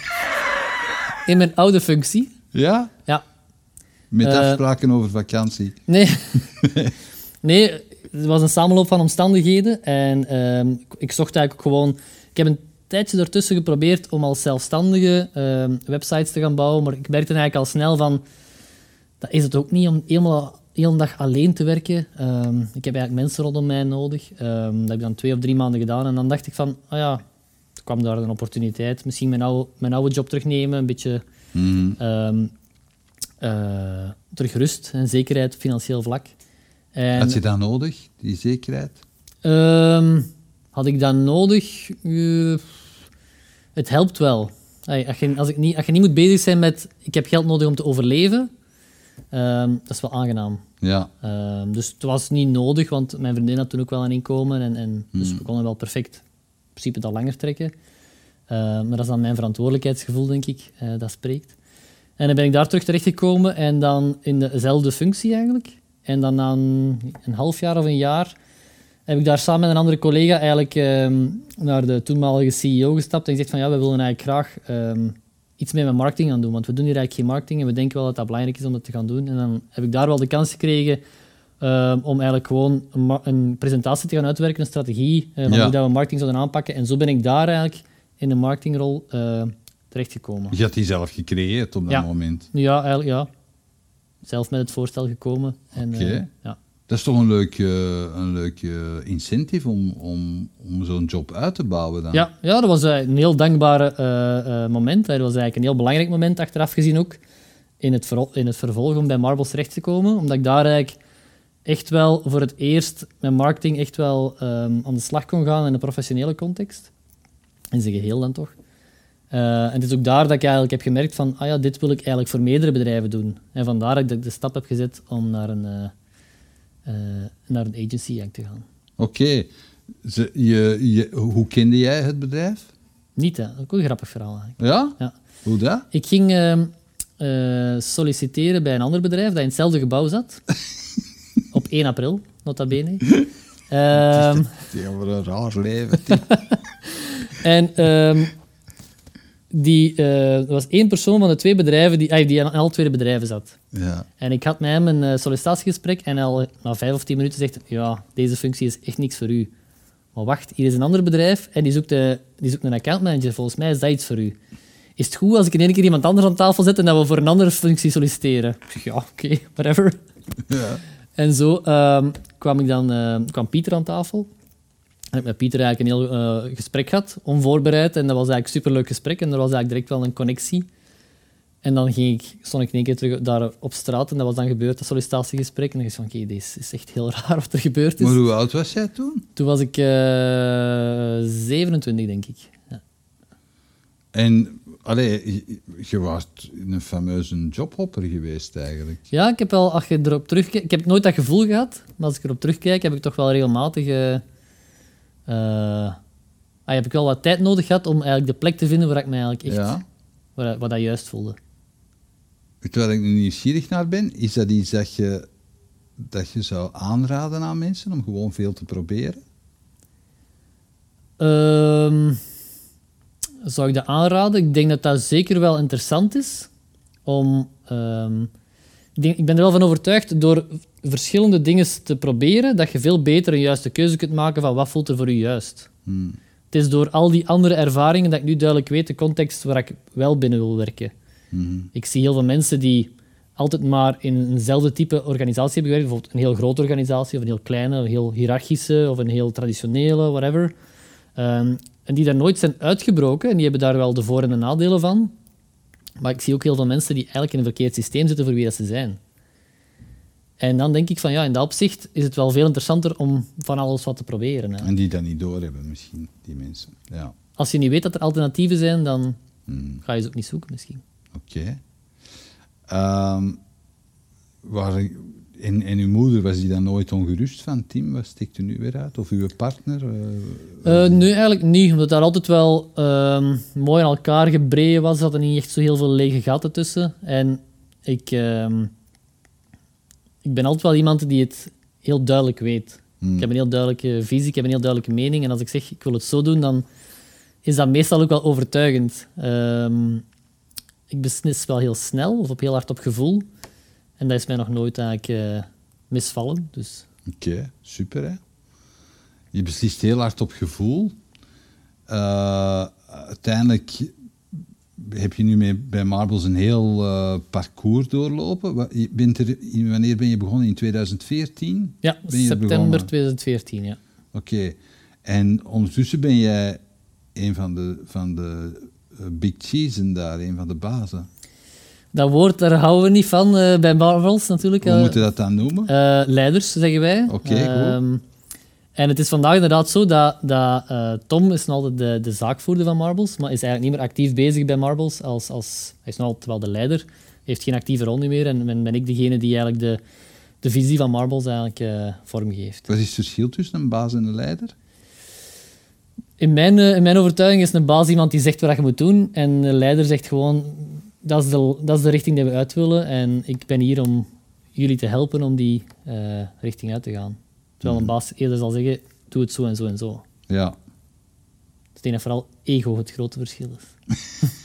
Speaker 1: In mijn oude functie.
Speaker 2: Ja?
Speaker 1: Ja.
Speaker 2: Met uh, afspraken over vakantie?
Speaker 1: Nee. nee, het was een samenloop van omstandigheden. En uh, ik zocht eigenlijk gewoon... Ik heb een tijdje ertussen geprobeerd om als zelfstandige uh, websites te gaan bouwen. Maar ik merkte eigenlijk al snel van... Dat is het ook niet om helemaal... Heel dag alleen te werken. Um, ik heb eigenlijk mensen rondom mij nodig. Um, dat heb ik dan twee of drie maanden gedaan. En dan dacht ik van, oh ja, er kwam daar een opportuniteit. Misschien mijn oude, mijn oude job terugnemen, een beetje
Speaker 2: mm-hmm.
Speaker 1: um, uh, terug rust en zekerheid op financieel vlak. En,
Speaker 2: had je dat nodig, die zekerheid?
Speaker 1: Um, had ik dat nodig? Uh, het helpt wel. Hey, als, je, als, ik niet, als je niet moet bezig zijn met, ik heb geld nodig om te overleven... Um, dat is wel aangenaam.
Speaker 2: Ja.
Speaker 1: Um, dus het was niet nodig, want mijn vriendin had toen ook wel een inkomen. En, en dus
Speaker 2: mm.
Speaker 1: we konden wel perfect in principe dat langer trekken. Uh, maar dat is dan mijn verantwoordelijkheidsgevoel, denk ik, uh, dat spreekt. En dan ben ik daar terug terechtgekomen en dan in dezelfde functie eigenlijk. En dan na een, een half jaar of een jaar heb ik daar samen met een andere collega eigenlijk um, naar de toenmalige C E O gestapt en gezegd van ja, we willen eigenlijk graag... Um, iets mee met marketing gaan doen, want we doen hier eigenlijk geen marketing en we denken wel dat dat belangrijk is om dat te gaan doen. En dan heb ik daar wel de kans gekregen uh, om eigenlijk gewoon een, ma- een presentatie te gaan uitwerken, een strategie uh, van
Speaker 2: ja.
Speaker 1: hoe dat we marketing zouden aanpakken. En zo ben ik daar eigenlijk in de marketingrol uh, terechtgekomen.
Speaker 2: Je had die zelf gecreëerd op dat
Speaker 1: ja.
Speaker 2: moment?
Speaker 1: Ja, eigenlijk ja. Zelf met het voorstel gekomen. Oké.
Speaker 2: Okay.
Speaker 1: Uh, ja.
Speaker 2: Dat is toch een leuk, uh, een leuk uh, incentive om, om, om zo'n job uit te bouwen dan?
Speaker 1: Ja, ja dat was uh, een heel dankbare uh, uh, moment. Dat was eigenlijk een heel belangrijk moment, achteraf gezien ook, in het, ver- in het vervolg om bij Marbles terecht te komen. Omdat ik daar eigenlijk echt wel voor het eerst met marketing echt wel um, aan de slag kon gaan in een professionele context. In zijn geheel dan toch. Uh, en het is ook daar dat ik eigenlijk heb gemerkt van, ah ja, dit wil ik eigenlijk voor meerdere bedrijven doen. En vandaar dat ik de stap heb gezet om naar een... Uh, Uh, naar een agency eigenlijk te gaan.
Speaker 2: Oké. Okay. Je, je, hoe kende jij het bedrijf?
Speaker 1: Niet, hè. Dat is ook een grappig verhaal eigenlijk.
Speaker 2: Ja?
Speaker 1: Ja.
Speaker 2: Hoe dat?
Speaker 1: Ik ging uh, uh, solliciteren bij een ander bedrijf dat in hetzelfde gebouw zat. Op één april, nota bene. Um,
Speaker 2: het is voor een raar leven.
Speaker 1: en um, die, uh, er was één persoon van de twee bedrijven die, uh, die aan alle twee de bedrijven zat.
Speaker 2: Ja.
Speaker 1: En ik had met hem een uh, sollicitatiegesprek en al na vijf of tien minuten zegt ja, deze functie is echt niks voor u. Maar wacht, hier is een ander bedrijf en die zoekt, uh, die zoekt een accountmanager. Volgens mij is dat iets voor u. Is het goed als ik in één keer iemand anders aan tafel zet en dat we voor een andere functie solliciteren? Ik zeg, ja, oké, okay, whatever.
Speaker 2: Ja.
Speaker 1: En zo um, kwam, ik dan, uh, kwam Pieter aan tafel. En ik heb met Pieter eigenlijk een heel uh, gesprek gehad, onvoorbereid. En dat was eigenlijk een superleuk gesprek en er was eigenlijk direct wel een connectie. En dan ging ik, stond ik in één keer terug daar op straat en dat was dan gebeurd, dat sollicitatiegesprek. En dan dacht ik van, oké, okay, dit is echt heel raar wat er gebeurd is.
Speaker 2: Maar hoe oud was jij toen?
Speaker 1: Toen was ik uh, zevenentwintig, denk ik. Ja.
Speaker 2: En, allee, je was een fameuze jobhopper geweest eigenlijk.
Speaker 1: Ja, ik heb wel, als je erop terugkijkt... Ik heb nooit dat gevoel gehad, maar als ik erop terugkijk, heb ik toch wel regelmatig... Uh, uh, ah, heb ik wel wat tijd nodig gehad om eigenlijk de plek te vinden waar ik me eigenlijk echt...
Speaker 2: Ja.
Speaker 1: Waar, waar dat juist voelde.
Speaker 2: Weet je waar ik nu nieuwsgierig naar ben? Is dat iets dat je, dat je zou aanraden aan mensen om gewoon veel te proberen?
Speaker 1: Um, zou ik dat aanraden? Ik denk dat dat zeker wel interessant is. Om, um, ik, denk, ik ben er wel van overtuigd, door verschillende dingen te proberen, dat je veel beter een juiste keuze kunt maken van wat voelt er voor je juist.
Speaker 2: Hmm.
Speaker 1: Het is door al die andere ervaringen dat ik nu duidelijk weet de context waar ik wel binnen wil werken.
Speaker 2: Hmm.
Speaker 1: Ik zie heel veel mensen die altijd maar in eenzelfde type organisatie hebben gewerkt, bijvoorbeeld een heel grote organisatie, of een heel kleine, een heel hiërarchische, of een heel traditionele, whatever. Um, en die daar nooit zijn uitgebroken, en die hebben daar wel de voor- en de nadelen van. Maar ik zie ook heel veel mensen die eigenlijk in een verkeerd systeem zitten voor wie dat ze zijn. En dan denk ik van, ja, in dat opzicht is het wel veel interessanter om van alles wat te proberen. Hè.
Speaker 2: En die dat niet doorhebben misschien, die mensen. Ja.
Speaker 1: Als je niet weet dat er alternatieven zijn, dan
Speaker 2: Hmm.
Speaker 1: ga je ze ook niet zoeken misschien.
Speaker 2: Oké. Okay. Um, waar... En, en uw moeder, was die dan nooit ongerust van? Tim, wat steekt u nu weer uit? Of uw partner? Uh,
Speaker 1: uh, nee, eigenlijk niet. Omdat daar altijd wel uh, mooi aan elkaar gebreien was. Er zaten niet echt zo heel veel lege gaten tussen. En ik, uh, ik ben altijd wel iemand die het heel duidelijk weet. Hmm. Ik heb een heel duidelijke visie, ik heb een heel duidelijke mening. En als ik zeg, ik wil het zo doen, dan is dat meestal ook wel overtuigend. Uh, ik beslis wel heel snel, of op heel hard op gevoel. En dat is mij nog nooit eigenlijk uh, misvallen. Dus.
Speaker 2: Oké, okay, super hè. Je beslist heel hard op gevoel. Uh, uiteindelijk heb je nu mee, bij Marbles een heel uh, parcours doorlopen. Je bent er, wanneer ben je begonnen? In tweeduizend veertien?
Speaker 1: Ja, september tweeduizend veertien, ja.
Speaker 2: Oké. Okay. En ondertussen ben jij een van de, van de uh, big cheesen daar, een van de bazen.
Speaker 1: Dat woord, daar houden we niet van uh, bij Marbles natuurlijk.
Speaker 2: Hoe uh, moeten we dat dan noemen?
Speaker 1: Uh, leiders, zeggen wij.
Speaker 2: Oké, okay,
Speaker 1: um, En het is vandaag inderdaad zo dat, dat uh, Tom is nog altijd de, de zaakvoerder van Marbles, maar is eigenlijk niet meer actief bezig bij Marbles. Als, als, hij is nog altijd wel de leider, heeft geen actieve rol meer en ben, ben ik degene die eigenlijk de, de visie van Marbles eigenlijk uh, vormgeeft.
Speaker 2: Wat is het verschil tussen een baas en een leider?
Speaker 1: In mijn, uh, in mijn overtuiging is een baas iemand die zegt wat je moet doen en een leider zegt gewoon... Dat is, de, dat is de richting die we uit willen en ik ben hier om jullie te helpen om die uh, richting uit te gaan. Terwijl een baas eerder zal zeggen, doe het zo en zo en zo.
Speaker 2: Ja.
Speaker 1: Ik denk dat vooral ego het grote verschil is.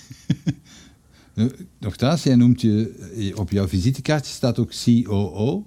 Speaker 2: Nochtans, jij noemt je, op jouw visitekaartje staat ook C O O.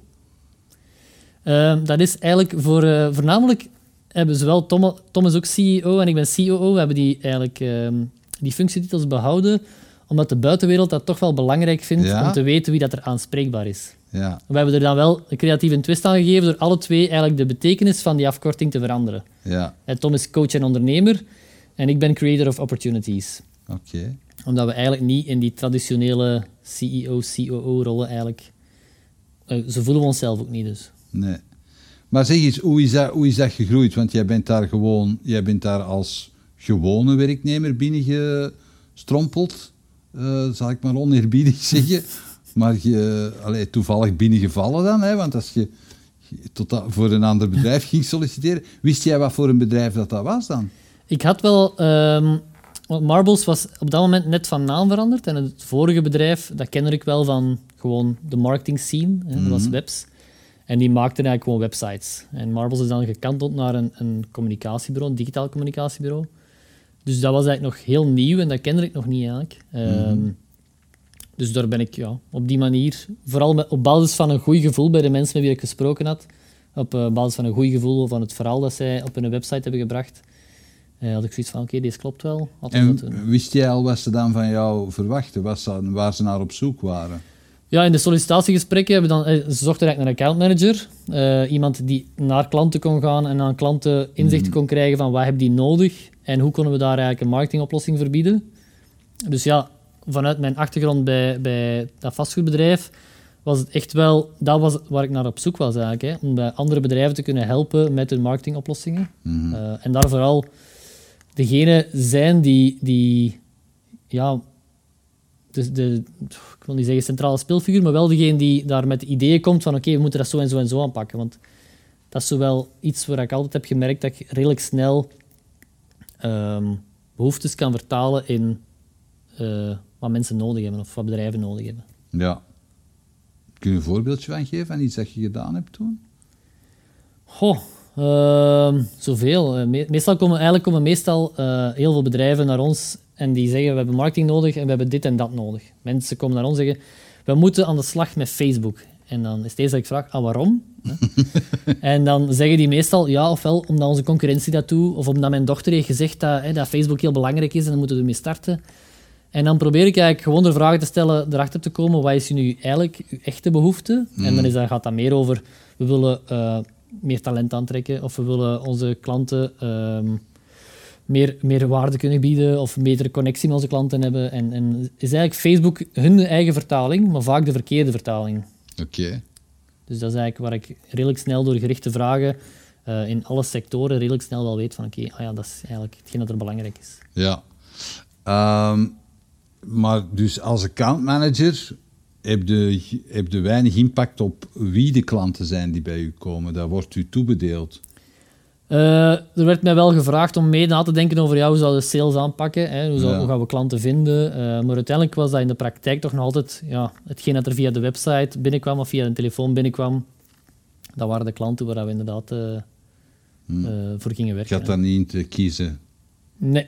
Speaker 1: Uh, dat is eigenlijk voor, uh, voornamelijk hebben zowel Tom, Tom is ook C E O en ik ben C O O, we hebben die, eigenlijk, uh, die functietitels behouden omdat de buitenwereld dat toch wel belangrijk vindt ja. om te weten wie dat er aanspreekbaar is.
Speaker 2: Ja.
Speaker 1: We hebben er dan wel een creatieve twist aan gegeven door alle twee eigenlijk de betekenis van die afkorting te veranderen.
Speaker 2: Ja.
Speaker 1: En Tom is coach en ondernemer en ik ben creator of opportunities.
Speaker 2: Oké. Okay.
Speaker 1: Omdat we eigenlijk niet in die traditionele C E O, C O O-rollen eigenlijk... Uh, zo voelen we onszelf ook niet dus.
Speaker 2: Nee. Maar zeg eens, hoe is dat, hoe is dat gegroeid? Want jij bent daar gewoon... Jij bent daar als gewone werknemer binnengestrompeld. Uh, zal ik maar oneerbiedig zeggen. Maar je, allee, toevallig binnengevallen dan, hè? Want als je, je tot dat, voor een ander bedrijf ging solliciteren, wist jij wat voor een bedrijf dat, dat was dan?
Speaker 1: Ik had wel... Um, want Marbles was op dat moment net van naam veranderd. En het vorige bedrijf, dat kende ik wel van gewoon de marketing scene. Hè? Dat was Webs. En die maakten eigenlijk gewoon websites. En Marbles is dan gekanteld naar een, een communicatiebureau, een digitaal communicatiebureau. Dus dat was eigenlijk nog heel nieuw en dat kende ik nog niet eigenlijk. Mm-hmm. Um, dus daar ben ik ja, op die manier, vooral met, op basis van een goed gevoel bij de mensen met wie ik gesproken had, op uh, basis van een goed gevoel van het verhaal dat zij op hun website hebben gebracht, uh, had ik zoiets van, oké, okay, deze klopt wel.
Speaker 2: En wist jij al wat ze dan van jou verwachten, wat ze, waar ze naar op zoek waren?
Speaker 1: Ja, in de sollicitatiegesprekken hebben we dan, uh, ze zochten eigenlijk naar een accountmanager, uh, iemand die naar klanten kon gaan en aan klanten inzicht mm. kon krijgen van wat hebben die nodig en hoe konden we daar eigenlijk een marketingoplossing voor bieden. Dus ja, vanuit mijn achtergrond bij, bij dat vastgoedbedrijf was het echt wel... Dat was waar ik naar op zoek was eigenlijk. Hè, om bij andere bedrijven te kunnen helpen met hun marketingoplossingen. Mm-hmm. Uh, en daar vooral degene zijn die... die ja, de, de, ik wil niet zeggen centrale speelfiguur, maar wel degene die daar met ideeën komt van oké, okay, we moeten dat zo en zo en zo aanpakken. Want dat is zowel iets waar ik altijd heb gemerkt dat ik redelijk snel um, behoeftes kan vertalen in uh, wat mensen nodig hebben of wat bedrijven nodig hebben.
Speaker 2: Ja. Kun je een voorbeeldje van geven van iets dat je gedaan hebt toen?
Speaker 1: Goh, uh, zoveel. Uh, me- meestal komen, eigenlijk komen meestal uh, heel veel bedrijven naar ons en die zeggen we hebben marketing nodig en we hebben dit en dat nodig. Mensen komen naar ons en zeggen we moeten aan de slag met Facebook. En dan is het eerst dat ik vraag, ah, waarom? En dan zeggen die meestal, ja, ofwel omdat onze concurrentie dat doet, of omdat mijn dochter heeft gezegd dat, hè, dat Facebook heel belangrijk is en dan moeten we ermee starten. En dan probeer ik eigenlijk gewoon de vragen te stellen, erachter te komen, wat is nu eigenlijk uw echte behoefte? Mm. En dan is dat, gaat dat meer over, we willen uh, meer talent aantrekken, of we willen onze klanten uh, meer, meer waarde kunnen bieden, of een betere connectie met onze klanten hebben. En, en is eigenlijk Facebook hun eigen vertaling, maar vaak de verkeerde vertaling.
Speaker 2: Oké. Okay.
Speaker 1: Dus dat is eigenlijk waar ik redelijk snel door gerichte vragen uh, in alle sectoren redelijk snel wel weet van oké, okay, ah ja, dat is eigenlijk hetgeen dat er belangrijk is.
Speaker 2: Ja. Um, maar dus als accountmanager heb je, heb je weinig impact op wie de klanten zijn die bij u komen. Dat wordt u toebedeeld.
Speaker 1: Uh, er werd mij wel gevraagd om mee na te denken over ja, hoe zouden we sales aanpakken, hè? Hoe, zou,
Speaker 2: ja.
Speaker 1: hoe gaan we klanten vinden. Uh, maar uiteindelijk was dat in de praktijk toch nog altijd ja, hetgeen dat er via de website binnenkwam of via de telefoon binnenkwam. Dat waren de klanten waar we inderdaad uh, hmm. uh, voor gingen werken.
Speaker 2: Je had daar niet in te kiezen?
Speaker 1: Nee.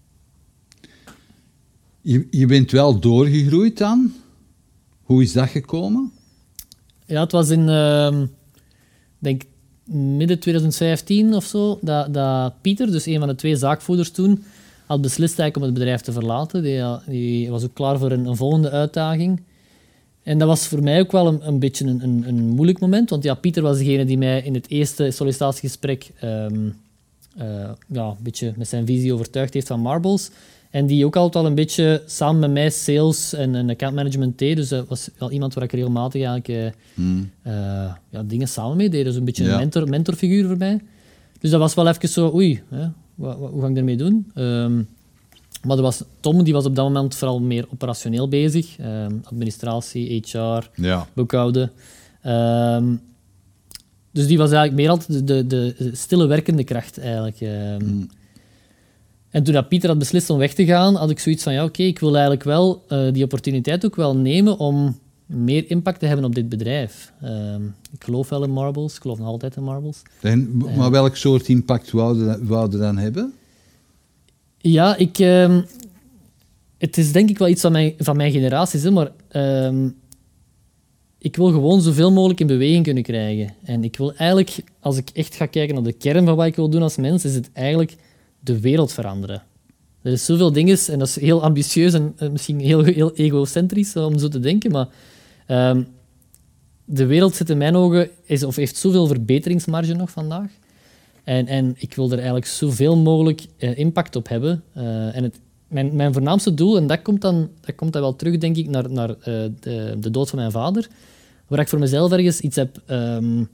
Speaker 2: Je, je bent wel doorgegroeid dan? Hoe is dat gekomen?
Speaker 1: Ja, het was in, uh, denk midden twintig vijftien of zo, dat, dat Pieter, dus een van de twee zaakvoerders toen, had beslist eigenlijk om het bedrijf te verlaten. Die, die was ook klaar voor een, een volgende uitdaging. En dat was voor mij ook wel een, een beetje een, een, een moeilijk moment, want ja, Pieter was degene die mij in het eerste sollicitatiegesprek um, uh, ja, een beetje met zijn visie overtuigd heeft van Marbles. En die ook altijd al een beetje samen met mij sales en, en account management deed. Dus dat was wel iemand waar ik regelmatig eigenlijk, uh, hmm. uh, ja, dingen samen mee deed. Dus een beetje ja. een mentor, mentorfiguur voor mij. Dus dat was wel even zo, oei, hè, wat, wat, hoe ga ik daarmee doen? Um, maar er was, Tom die was op dat moment vooral meer operationeel bezig. Um, administratie, H R, ja. boekhouden. Um, dus die was eigenlijk meer altijd de, de, de stille werkende kracht eigenlijk. Um, hmm. En toen dat Pieter had beslist om weg te gaan, had ik zoiets van, ja oké, okay, ik wil eigenlijk wel uh, die opportuniteit ook wel nemen om meer impact te hebben op dit bedrijf. Uh, ik geloof wel in Marbles, ik geloof nog altijd in Marbles.
Speaker 2: En, maar uh, welk soort impact wou je dan hebben?
Speaker 1: Ja, ik... Uh, het is denk ik wel iets van mijn, van mijn generatie, hè, maar uh, ik wil gewoon zoveel mogelijk in beweging kunnen krijgen. En ik wil eigenlijk, als ik echt ga kijken naar de kern van wat ik wil doen als mens, is het eigenlijk de wereld veranderen. Er is zoveel dingen, en dat is heel ambitieus en misschien heel, heel egocentrisch om zo te denken, maar um, de wereld zit in mijn ogen, is, of heeft zoveel verbeteringsmarge nog vandaag. En, en ik wil er eigenlijk zoveel mogelijk uh, impact op hebben. Uh, en het, mijn, mijn voornaamste doel, en dat komt dan, dat komt dan wel terug, denk ik, naar, naar uh, de, de dood van mijn vader, waar ik voor mezelf ergens iets heb... Um,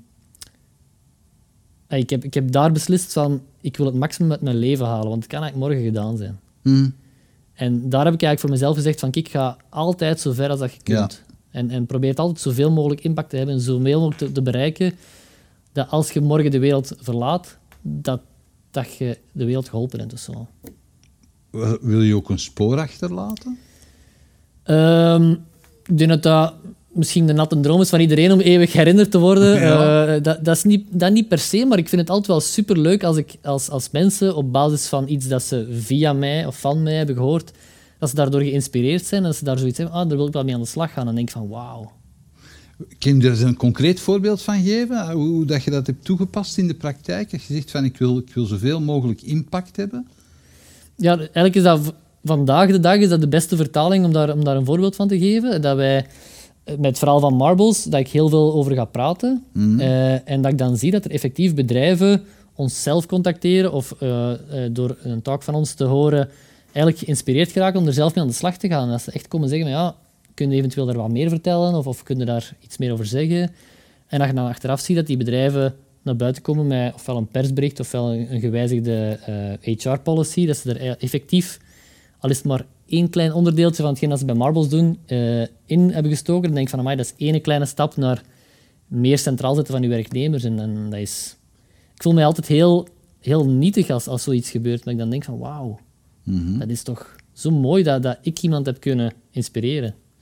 Speaker 1: Ik heb, ik heb daar beslist van, ik wil het maximum uit mijn leven halen, want het kan eigenlijk morgen gedaan zijn. Mm. En daar heb ik eigenlijk voor mezelf gezegd van, kijk, ik ga altijd zo ver als dat je kunt. Ja. En, en probeer altijd zoveel mogelijk impact te hebben en zoveel mogelijk te, te bereiken, dat als je morgen de wereld verlaat, dat, dat je de wereld geholpen hebt of zo.
Speaker 2: Wil je ook een spoor achterlaten?
Speaker 1: Um, ik denk dat dat... misschien de natte droom is van iedereen om eeuwig herinnerd te worden. Ja. Uh, dat, dat is niet, dat niet per se, maar ik vind het altijd wel superleuk als, ik, als, als mensen op basis van iets dat ze via mij of van mij hebben gehoord, dat ze daardoor geïnspireerd zijn en dat ze daar zoiets hebben, ah, daar wil ik wel mee aan de slag gaan. En dan denk ik van, wauw.
Speaker 2: Kun je er een concreet voorbeeld van geven? Hoe dat je dat hebt toegepast in de praktijk? Dat je zegt van, ik wil, ik wil zoveel mogelijk impact hebben?
Speaker 1: Ja, eigenlijk is dat vandaag de dag is dat de beste vertaling om daar, om daar een voorbeeld van te geven. Dat wij... met het verhaal van Marbles, dat ik heel veel over ga praten. Mm-hmm. Uh, en dat ik dan zie dat er effectief bedrijven ons zelf contacteren of uh, uh, door een talk van ons te horen eigenlijk geïnspireerd geraken om er zelf mee aan de slag te gaan. En dat ze echt komen zeggen, ja, kun je eventueel daar wat meer vertellen of, of kun je daar iets meer over zeggen? En dat je dan achteraf ziet dat die bedrijven naar buiten komen met ofwel een persbericht ofwel een, een gewijzigde uh, H R-policy, dat ze er effectief, al is het maar één klein onderdeeltje van hetgeen dat ze bij Marbles doen, uh, in hebben gestoken. Dan denk ik van, amai, dat is één kleine stap naar meer centraal zetten van je werknemers. En, en dat is... Ik voel mij altijd heel, heel nietig als, als zoiets gebeurt. Maar ik dan denk van, wauw, mm-hmm. dat is toch zo mooi dat, dat ik iemand heb kunnen inspireren.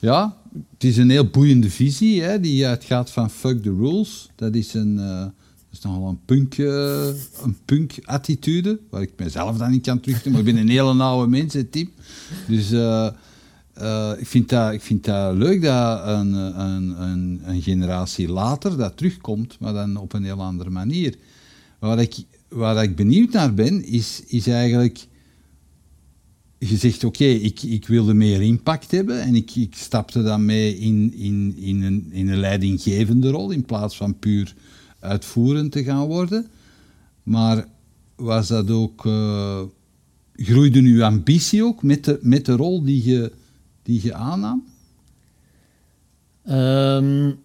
Speaker 2: Ja, het is een heel boeiende visie, hè, die uitgaat van fuck the rules. Dat is een... Uh, dat is nogal een punk, uh, een punk-attitude, waar ik mezelf dan niet kan terugdoen, maar ik ben een hele oude mens, hè, Tim. Dus uh, uh, ik, vind dat, ik vind dat leuk dat een, een, een, een generatie later dat terugkomt, maar dan op een heel andere manier. Waar ik, waar ik benieuwd naar ben, is, is eigenlijk... Je zegt, oké, okay, ik, ik wilde meer impact hebben en ik, ik stapte dan mee in, in, in, een, in een leidinggevende rol in plaats van puur uitvoerend te gaan worden. Maar was dat ook... Uh, groeide uw ambitie ook met de, met de rol die je, die je aannam?
Speaker 1: Um,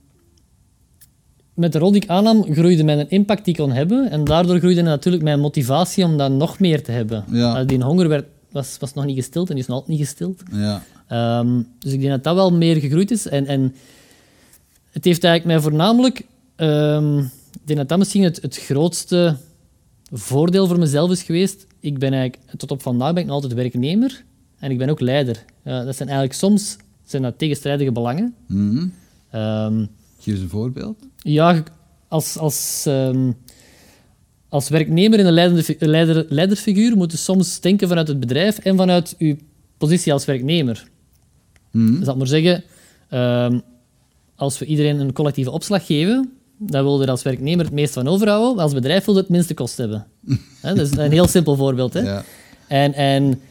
Speaker 1: met de rol die ik aannam groeide mijn impact die ik kon hebben en daardoor groeide natuurlijk mijn motivatie om dan nog meer te hebben.
Speaker 2: Ja.
Speaker 1: Die honger werd, was, was nog niet gestild en is nog altijd niet gestild.
Speaker 2: Ja.
Speaker 1: Um, dus ik denk dat dat wel meer gegroeid is. En, en het heeft eigenlijk mij voornamelijk... Um, ik denk dat dat misschien het, het grootste voordeel voor mezelf is geweest. Ik ben eigenlijk, tot op vandaag ben ik nog altijd werknemer en ik ben ook leider. Uh, dat zijn eigenlijk soms zijn dat tegenstrijdige belangen.
Speaker 2: Mm-hmm.
Speaker 1: Um,
Speaker 2: Geef eens een voorbeeld.
Speaker 1: Ja, als, als, um, als werknemer in een leidende, leider, leiderfiguur moet je soms denken vanuit het bedrijf en vanuit je positie als werknemer.
Speaker 2: Mm-hmm.
Speaker 1: Dus dat maar zeggen, um, als we iedereen een collectieve opslag geven, dan wil je er als werknemer het meest van overhouden, maar als bedrijf wil je het minste kost hebben. He, dat is een heel simpel voorbeeld. Hè?
Speaker 2: Ja.
Speaker 1: En, en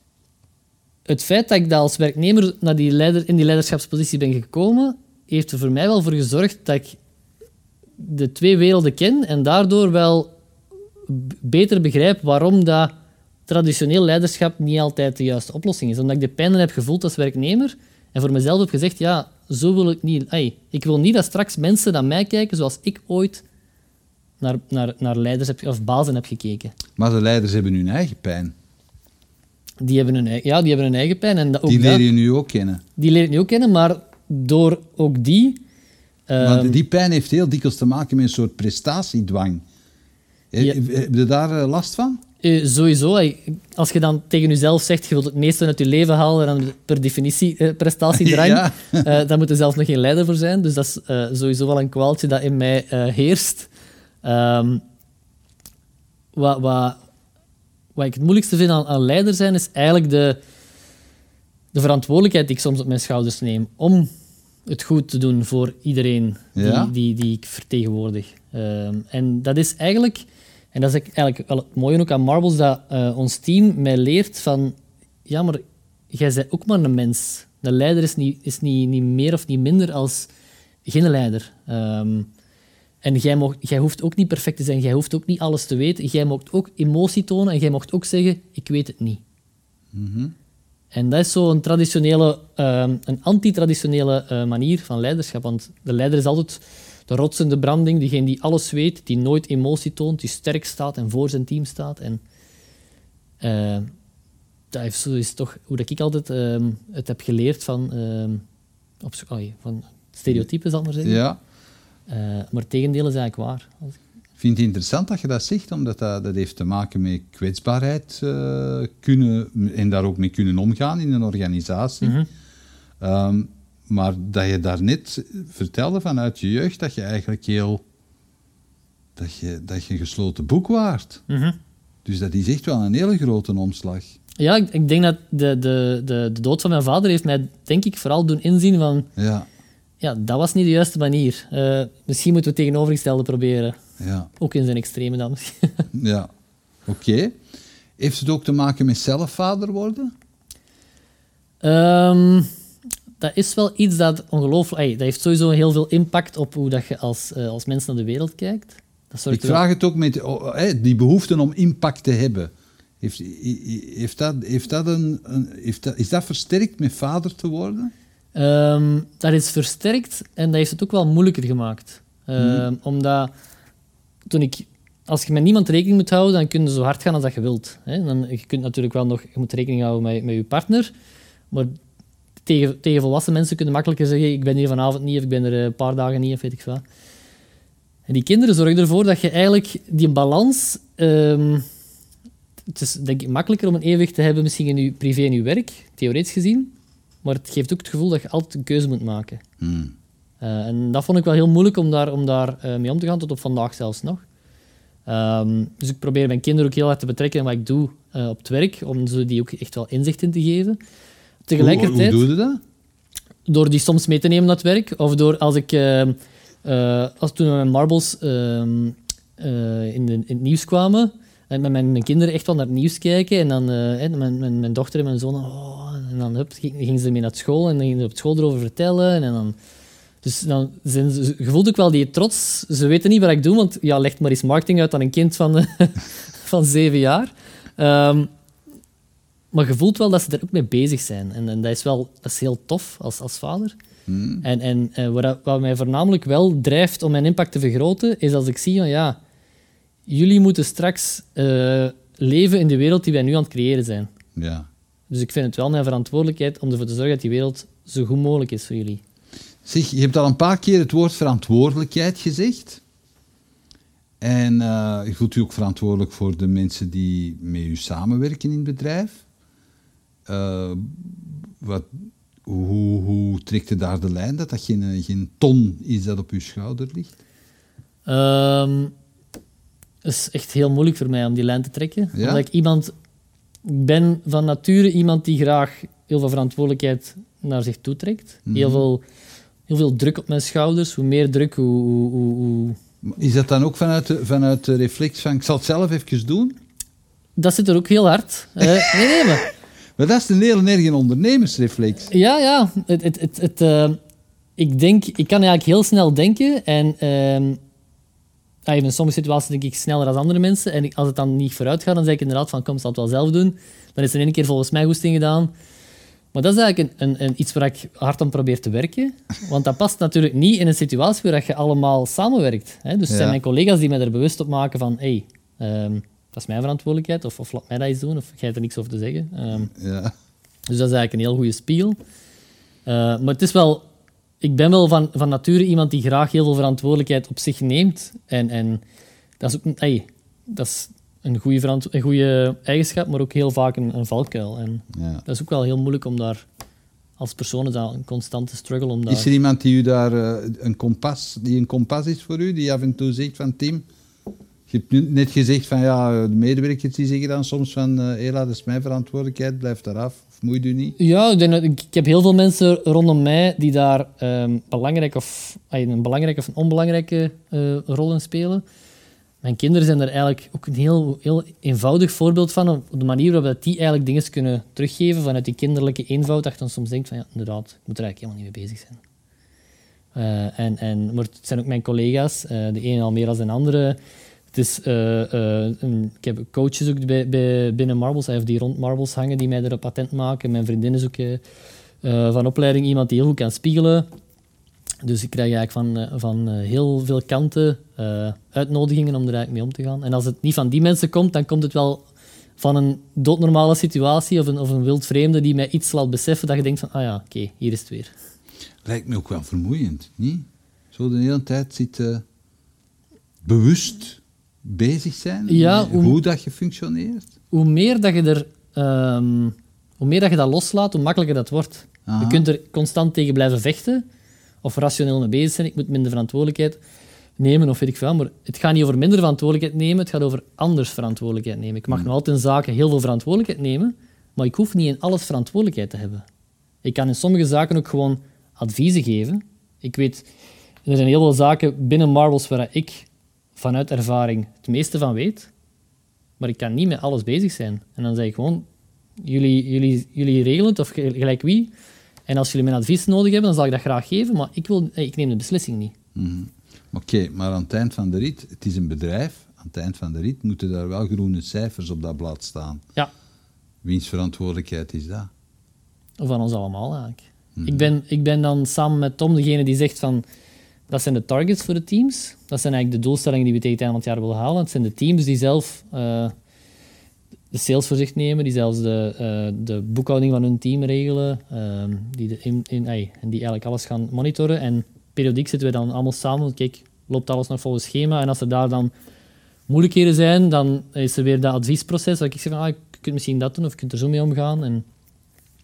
Speaker 1: het feit dat ik dat als werknemer naar die leider, in die leiderschapspositie ben gekomen, heeft er voor mij wel voor gezorgd dat ik de twee werelden ken en daardoor wel b- beter begrijp waarom dat traditioneel leiderschap niet altijd de juiste oplossing is. Omdat ik de pijn heb gevoeld als werknemer en voor mezelf heb gezegd, ja, zo wil ik niet... Ay, ik wil niet dat straks mensen naar mij kijken zoals ik ooit naar, naar, naar leiders heb, of bazen heb gekeken.
Speaker 2: Maar de leiders hebben hun eigen pijn.
Speaker 1: Die hebben hun eigen, ja, die hebben hun eigen pijn. En dat, ook
Speaker 2: die leer
Speaker 1: dat,
Speaker 2: je nu ook kennen.
Speaker 1: Die leer ik nu ook kennen, maar door ook die... Um,
Speaker 2: Want die pijn heeft heel dikwijls te maken met een soort prestatiedwang.
Speaker 1: Ja.
Speaker 2: Heb je daar uh, last van?
Speaker 1: Uh, sowieso. Ay, als je dan tegen jezelf zegt, je wilt het meeste uit je leven halen, dan per definitie uh, prestatiedrang,
Speaker 2: Ja.
Speaker 1: uh, dan moet je zelf nog geen leider voor zijn. Dus dat is uh, sowieso wel een kwaaltje dat in mij uh, heerst. Um, wat, wat, wat ik het moeilijkste vind aan, aan leider zijn, is eigenlijk de, de verantwoordelijkheid die ik soms op mijn schouders neem om het goed te doen voor iedereen die,
Speaker 2: Ja.
Speaker 1: die, die, die ik vertegenwoordig. Um, en dat is eigenlijk... En dat is eigenlijk wel het mooie ook aan Marbles, dat uh, ons team mij leert van... Ja, maar jij bent ook maar een mens. De leider is niet, is niet, niet meer of niet minder als geen leider. Um, en jij, mocht, jij hoeft ook niet perfect te zijn. Jij hoeft ook niet alles te weten. Jij mocht ook emotie tonen en jij mocht ook zeggen, ik weet het niet.
Speaker 2: Mm-hmm.
Speaker 1: En dat is zo'n traditionele, um, een anti-traditionele uh, manier van leiderschap. Want de leider is altijd de rotsende branding, diegene die alles weet, die nooit emotie toont, die sterk staat en voor zijn team staat. En uh, dat is, is toch hoe dat ik altijd um, het heb geleerd van, um, op, oh, van stereotypen, zal ik maar zeggen.
Speaker 2: Ja.
Speaker 1: Uh, maar het tegendeel is eigenlijk waar.
Speaker 2: Ik vind het interessant dat je dat zegt, omdat dat, dat heeft te maken met kwetsbaarheid uh, kunnen, en daar ook mee kunnen omgaan in een organisatie.
Speaker 1: Mm-hmm.
Speaker 2: Um, maar dat je daarnet vertelde vanuit je jeugd dat je eigenlijk heel... dat je, dat je een gesloten boek waart.
Speaker 1: Mm-hmm.
Speaker 2: Dus dat is echt wel een hele grote omslag.
Speaker 1: Ja, ik, ik denk dat de, de, de, de dood van mijn vader heeft mij, denk ik, vooral doen inzien van...
Speaker 2: Ja.
Speaker 1: Ja, dat was niet de juiste manier. Uh, misschien moeten we het tegenovergestelde proberen.
Speaker 2: Ja.
Speaker 1: Ook in zijn extreme dan misschien.
Speaker 2: Ja, oké. Okay. Heeft het ook te maken met zelf vader worden?
Speaker 1: Um, dat is wel iets dat ongelooflijk... Ay, dat heeft sowieso heel veel impact op hoe dat je als, uh, als mens naar de wereld kijkt. Dat
Speaker 2: Ik vraag wel... het ook met oh, hey, die behoefte om impact te hebben. Heeft, heeft dat, heeft dat een, een, heeft dat, is dat versterkt met vader te worden?
Speaker 1: Um, dat is versterkt en dat heeft het ook wel moeilijker gemaakt. Um, hmm. Omdat toen ik, als je met niemand rekening moet houden, dan kun je zo hard gaan als dat je wilt. Hè? Dan, je kunt natuurlijk wel nog je moet rekening houden met, met je partner, maar tegen, tegen volwassen mensen kun je makkelijker zeggen ik ben hier vanavond niet of ik ben er een paar dagen niet of weet ik wat. En die kinderen zorgen ervoor dat je eigenlijk die balans... Um, het is denk ik makkelijker om een evenwicht te hebben misschien in je privé en je werk, theoretisch gezien. maar het geeft ook het gevoel dat je altijd een keuze moet maken.
Speaker 2: Hmm.
Speaker 1: Uh, en dat vond ik wel heel moeilijk om daar, om daar uh, mee om te gaan, tot op vandaag zelfs nog. Um, dus ik probeer mijn kinderen ook heel hard te betrekken in wat ik doe uh, op het werk, om ze die ook echt wel inzicht in te geven. Tegelijkertijd,
Speaker 2: hoe, hoe doe je dat?
Speaker 1: Door die soms mee te nemen naar het werk, of door als ik... Uh, uh, als toen we met Marbles uh, uh, in, de, in het nieuws kwamen, en met mijn, mijn kinderen echt wel naar het nieuws kijken, en dan uh, mijn, mijn, mijn dochter en mijn zoon, oh, en dan hup, gingen ze mee naar school, en dan gingen ze op school erover vertellen, en dan... Dus dan zijn ze, je voelt ook wel die trots. Ze weten niet wat ik doe, want ja, leg maar eens marketing uit aan een kind van, van zeven jaar. Um, maar je voelt wel dat ze er ook mee bezig zijn. En, en dat is wel dat is heel tof als, als vader.
Speaker 2: Hmm.
Speaker 1: En, en uh, wat, wat mij voornamelijk wel drijft om mijn impact te vergroten, is als ik zie van ja, jullie moeten straks uh, leven in de wereld die wij nu aan het creëren zijn.
Speaker 2: Ja.
Speaker 1: Dus ik vind het wel mijn verantwoordelijkheid om ervoor te zorgen dat die wereld zo goed mogelijk is voor jullie.
Speaker 2: Zeg, je hebt al een paar keer het woord verantwoordelijkheid gezegd. En uh, je voelt je ook verantwoordelijk voor de mensen die met je samenwerken in het bedrijf. Uh, wat, hoe, hoe trekt je daar de lijn? Dat dat geen, geen ton is dat op je schouder ligt?
Speaker 1: Um, het is echt heel moeilijk voor mij om die lijn te trekken.
Speaker 2: Ja?
Speaker 1: Omdat ik iemand... Ik ben van nature iemand die graag heel veel verantwoordelijkheid naar zich toe trekt. Mm-hmm. Heel veel... Heel veel druk op mijn schouders. Hoe meer druk, hoe... hoe, hoe, hoe...
Speaker 2: Is dat dan ook vanuit de, vanuit de reflex van ik zal het zelf even doen?
Speaker 1: Dat zit er ook heel hard. Uh, nee, nee, maar...
Speaker 2: maar dat is een heel erg ondernemersreflex.
Speaker 1: Ja, ja. Het, het, het, het, uh, ik denk... Ik kan eigenlijk heel snel denken. En uh, in sommige situaties denk ik sneller dan andere mensen. En als het dan niet vooruit gaat, dan zeg ik inderdaad van kom, ik zal het wel zelf doen. Dan is er in één keer volgens mij goesting gedaan. Maar dat is eigenlijk een, een, een, iets waar ik hard aan probeer te werken. Want dat past natuurlijk niet in een situatie waar je allemaal samenwerkt. Hè? Dus het ja. zijn mijn collega's die mij er bewust op maken van hey, um, dat is mijn verantwoordelijkheid, of, of laat mij dat eens doen, of jij hebt er niks over te zeggen. Um,
Speaker 2: ja.
Speaker 1: Dus dat is eigenlijk een heel goede spiegel. Uh, maar het is wel... Ik ben wel van, van nature iemand die graag heel veel verantwoordelijkheid op zich neemt. En, en dat is ook... Hey, dat is... Een goede, verant- een goede eigenschap, maar ook heel vaak een, een valkuil. En
Speaker 2: ja.
Speaker 1: dat is ook wel heel moeilijk om daar als persoon is dat een constante struggle om daar...
Speaker 2: Is er iemand die u daar uh, een kompas, die een kompas is voor u, die af en toe zegt van Tim, je hebt nu net gezegd van ja, de medewerkers die zeggen dan soms van uh, Ela, dat is mijn verantwoordelijkheid, blijf daar af, of moet je niet?
Speaker 1: Ja, ik, denk dat, ik, ik heb heel veel mensen rondom mij die daar um, belangrijk of, een belangrijke of een onbelangrijke uh, rol in spelen. Mijn kinderen zijn er eigenlijk ook een heel, heel eenvoudig voorbeeld van, op de manier waarop die eigenlijk dingen kunnen teruggeven vanuit die kinderlijke eenvoud, dat je dan soms denkt van ja, inderdaad, ik moet er eigenlijk helemaal niet mee bezig zijn. Uh, en, en, maar het zijn ook mijn collega's, uh, de ene al meer dan de andere. Het is, uh, uh, een, ik heb coaches ook bij, bij, binnen Marbles, of die rond Marbles hangen, die mij erop attent maken. Mijn vriendin is ook uh, uh, van opleiding iemand die heel goed kan spiegelen. Dus ik krijg eigenlijk van, uh, van uh, heel veel kanten uh, uitnodigingen om er eigenlijk mee om te gaan. En als het niet van die mensen komt, dan komt het wel van een doodnormale situatie of een, of een wild vreemde die mij iets laat beseffen dat je denkt van, ah ja, oké, okay, hier is het weer.
Speaker 2: Lijkt me ook wel vermoeiend, niet? Zo de hele tijd zitten bewust bezig zijn
Speaker 1: ja,
Speaker 2: met
Speaker 1: hoe,
Speaker 2: hoe dat je functioneert.
Speaker 1: Hoe meer dat je er... Um, hoe meer dat je dat loslaat, hoe makkelijker dat wordt. Aha. Je kunt er constant tegen blijven vechten of rationeel mee bezig zijn. Ik moet minder verantwoordelijkheid nemen of weet ik veel. Maar het gaat niet over minder verantwoordelijkheid nemen, het gaat over anders verantwoordelijkheid nemen. Ik mag hmm. nog altijd in zaken heel veel verantwoordelijkheid nemen, maar ik hoef niet in alles verantwoordelijkheid te hebben. Ik kan in sommige zaken ook gewoon adviezen geven. Ik weet, er zijn heel veel zaken binnen Marbles waar ik vanuit ervaring het meeste van weet, maar ik kan niet met alles bezig zijn. En dan zeg ik gewoon, jullie, jullie, jullie regelen het, of gelijk wie. En als jullie mijn advies nodig hebben, dan zal ik dat graag geven, maar ik, wil, ik neem de beslissing niet.
Speaker 2: Mm-hmm. Oké, okay, maar aan het eind van de rit, het is een bedrijf, aan het eind van de rit moeten daar wel groene cijfers op dat blad staan.
Speaker 1: Ja.
Speaker 2: Wiens verantwoordelijkheid is dat?
Speaker 1: Van ons allemaal eigenlijk. Mm-hmm. Ik, ben, ik ben dan samen met Tom degene die zegt van, dat zijn de targets voor de teams. Dat zijn eigenlijk de doelstellingen die we tegen het einde van het jaar willen halen. Het zijn de teams die zelf uh, de sales voor zich nemen, die zelfs de, uh, de boekhouding van hun team regelen, uh, die, de in, in, ay, en die eigenlijk alles gaan monitoren. En periodiek zitten we dan allemaal samen. Kijk, loopt alles nog volgens schema? En als er daar dan moeilijkheden zijn, dan is er weer dat adviesproces. Dat ik zeg van, ah, je kunt misschien dat doen of je kunt er zo mee omgaan. En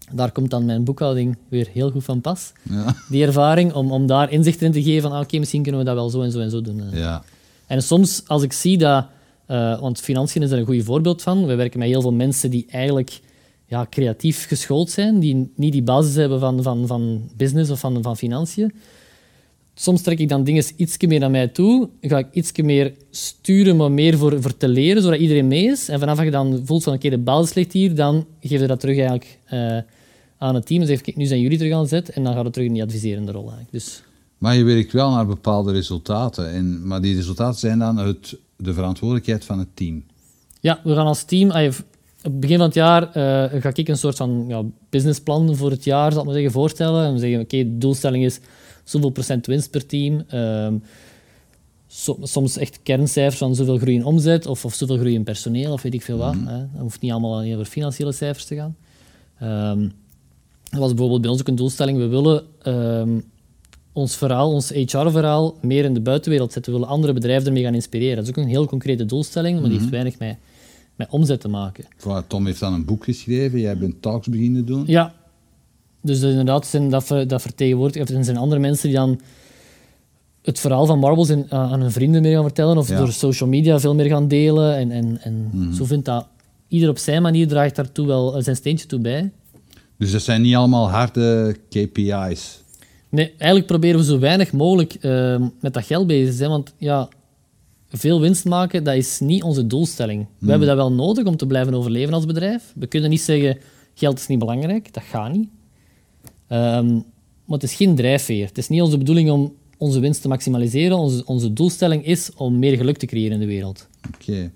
Speaker 1: Daar komt dan mijn boekhouding weer heel goed van pas.
Speaker 2: Ja.
Speaker 1: Die ervaring, om, om daar inzicht in te geven van ah, oké, okay, misschien kunnen we dat wel zo en zo en zo doen.
Speaker 2: Ja.
Speaker 1: En soms, als ik zie dat... Uh, want financiën is er een goed voorbeeld van. We werken met heel veel mensen die eigenlijk ja, creatief geschoold zijn, die niet die basis hebben van, van, van business of van, van financiën. Soms trek ik dan dingen iets meer naar mij toe, ga ik iets meer sturen, maar meer voor, voor te leren, zodat iedereen mee is. En vanaf dat je dan voelt van, oké, okay, de basis ligt hier, dan geef je dat terug eigenlijk, uh, aan het team. Dan zeg ik, nu zijn jullie terug aan het zet, en dan gaat het terug in die adviserende rol eigenlijk. Dus...
Speaker 2: Maar je werkt wel naar bepaalde resultaten. En, maar die resultaten zijn dan het, de verantwoordelijkheid van het team.
Speaker 1: Ja, we gaan als team... Op het begin van het jaar uh, ga ik een soort van ja, businessplan voor het jaar, zal ik maar zeggen, voorstellen. En we zeggen, oké, okay, de doelstelling is zoveel procent winst per team. Um, so, soms echt kerncijfers van zoveel groei in omzet of, of zoveel groei in personeel of weet ik veel wat. Mm-hmm. Hè. Dat hoeft niet allemaal alleen over financiële cijfers te gaan. Um, dat was bijvoorbeeld bij ons ook een doelstelling. We willen um, ons verhaal, ons H R-verhaal, meer in de buitenwereld zetten. We willen andere bedrijven ermee gaan inspireren. Dat is ook een heel concrete doelstelling, maar die heeft weinig met, met omzet te maken.
Speaker 2: Voilà, Tom heeft dan een boek geschreven. Jij bent talks beginnen doen.
Speaker 1: Ja. Dus inderdaad, zijn dat, dat vertegenwoordigt. Er zijn andere mensen die dan het verhaal van Marbles in, uh, aan hun vrienden meer gaan vertellen of ja. door social media veel meer gaan delen. En, en, en mm-hmm. zo vindt dat ieder op zijn manier draagt daartoe wel zijn steentje toe bij.
Speaker 2: Dus dat zijn niet allemaal harde K P I's?
Speaker 1: Nee, eigenlijk proberen we zo weinig mogelijk uh, met dat geld bezig te zijn. Want ja, veel winst maken, dat is niet onze doelstelling. Mm. We hebben dat wel nodig om te blijven overleven als bedrijf. We kunnen niet zeggen, geld is niet belangrijk. Dat gaat niet. Um, maar het is geen drijfveer. Het is niet onze bedoeling om onze winst te maximaliseren. Onze, onze doelstelling is om meer geluk te creëren in de wereld.
Speaker 2: Oké.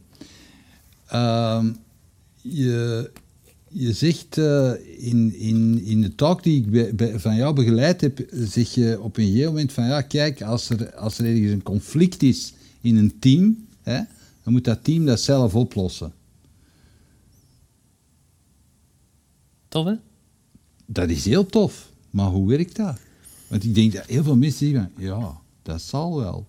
Speaker 2: Okay. Um, je, je zegt uh, in, in, in de talk die ik bij, bij, van jou begeleid heb, zeg je op een gegeven moment van ja, kijk, als er, als er ergens een conflict is in een team, hè, dan moet dat team dat zelf oplossen.
Speaker 1: Tof, hè?
Speaker 2: Dat is heel tof, maar hoe werkt dat? Want ik denk dat heel veel mensen zeggen, ja, dat zal wel.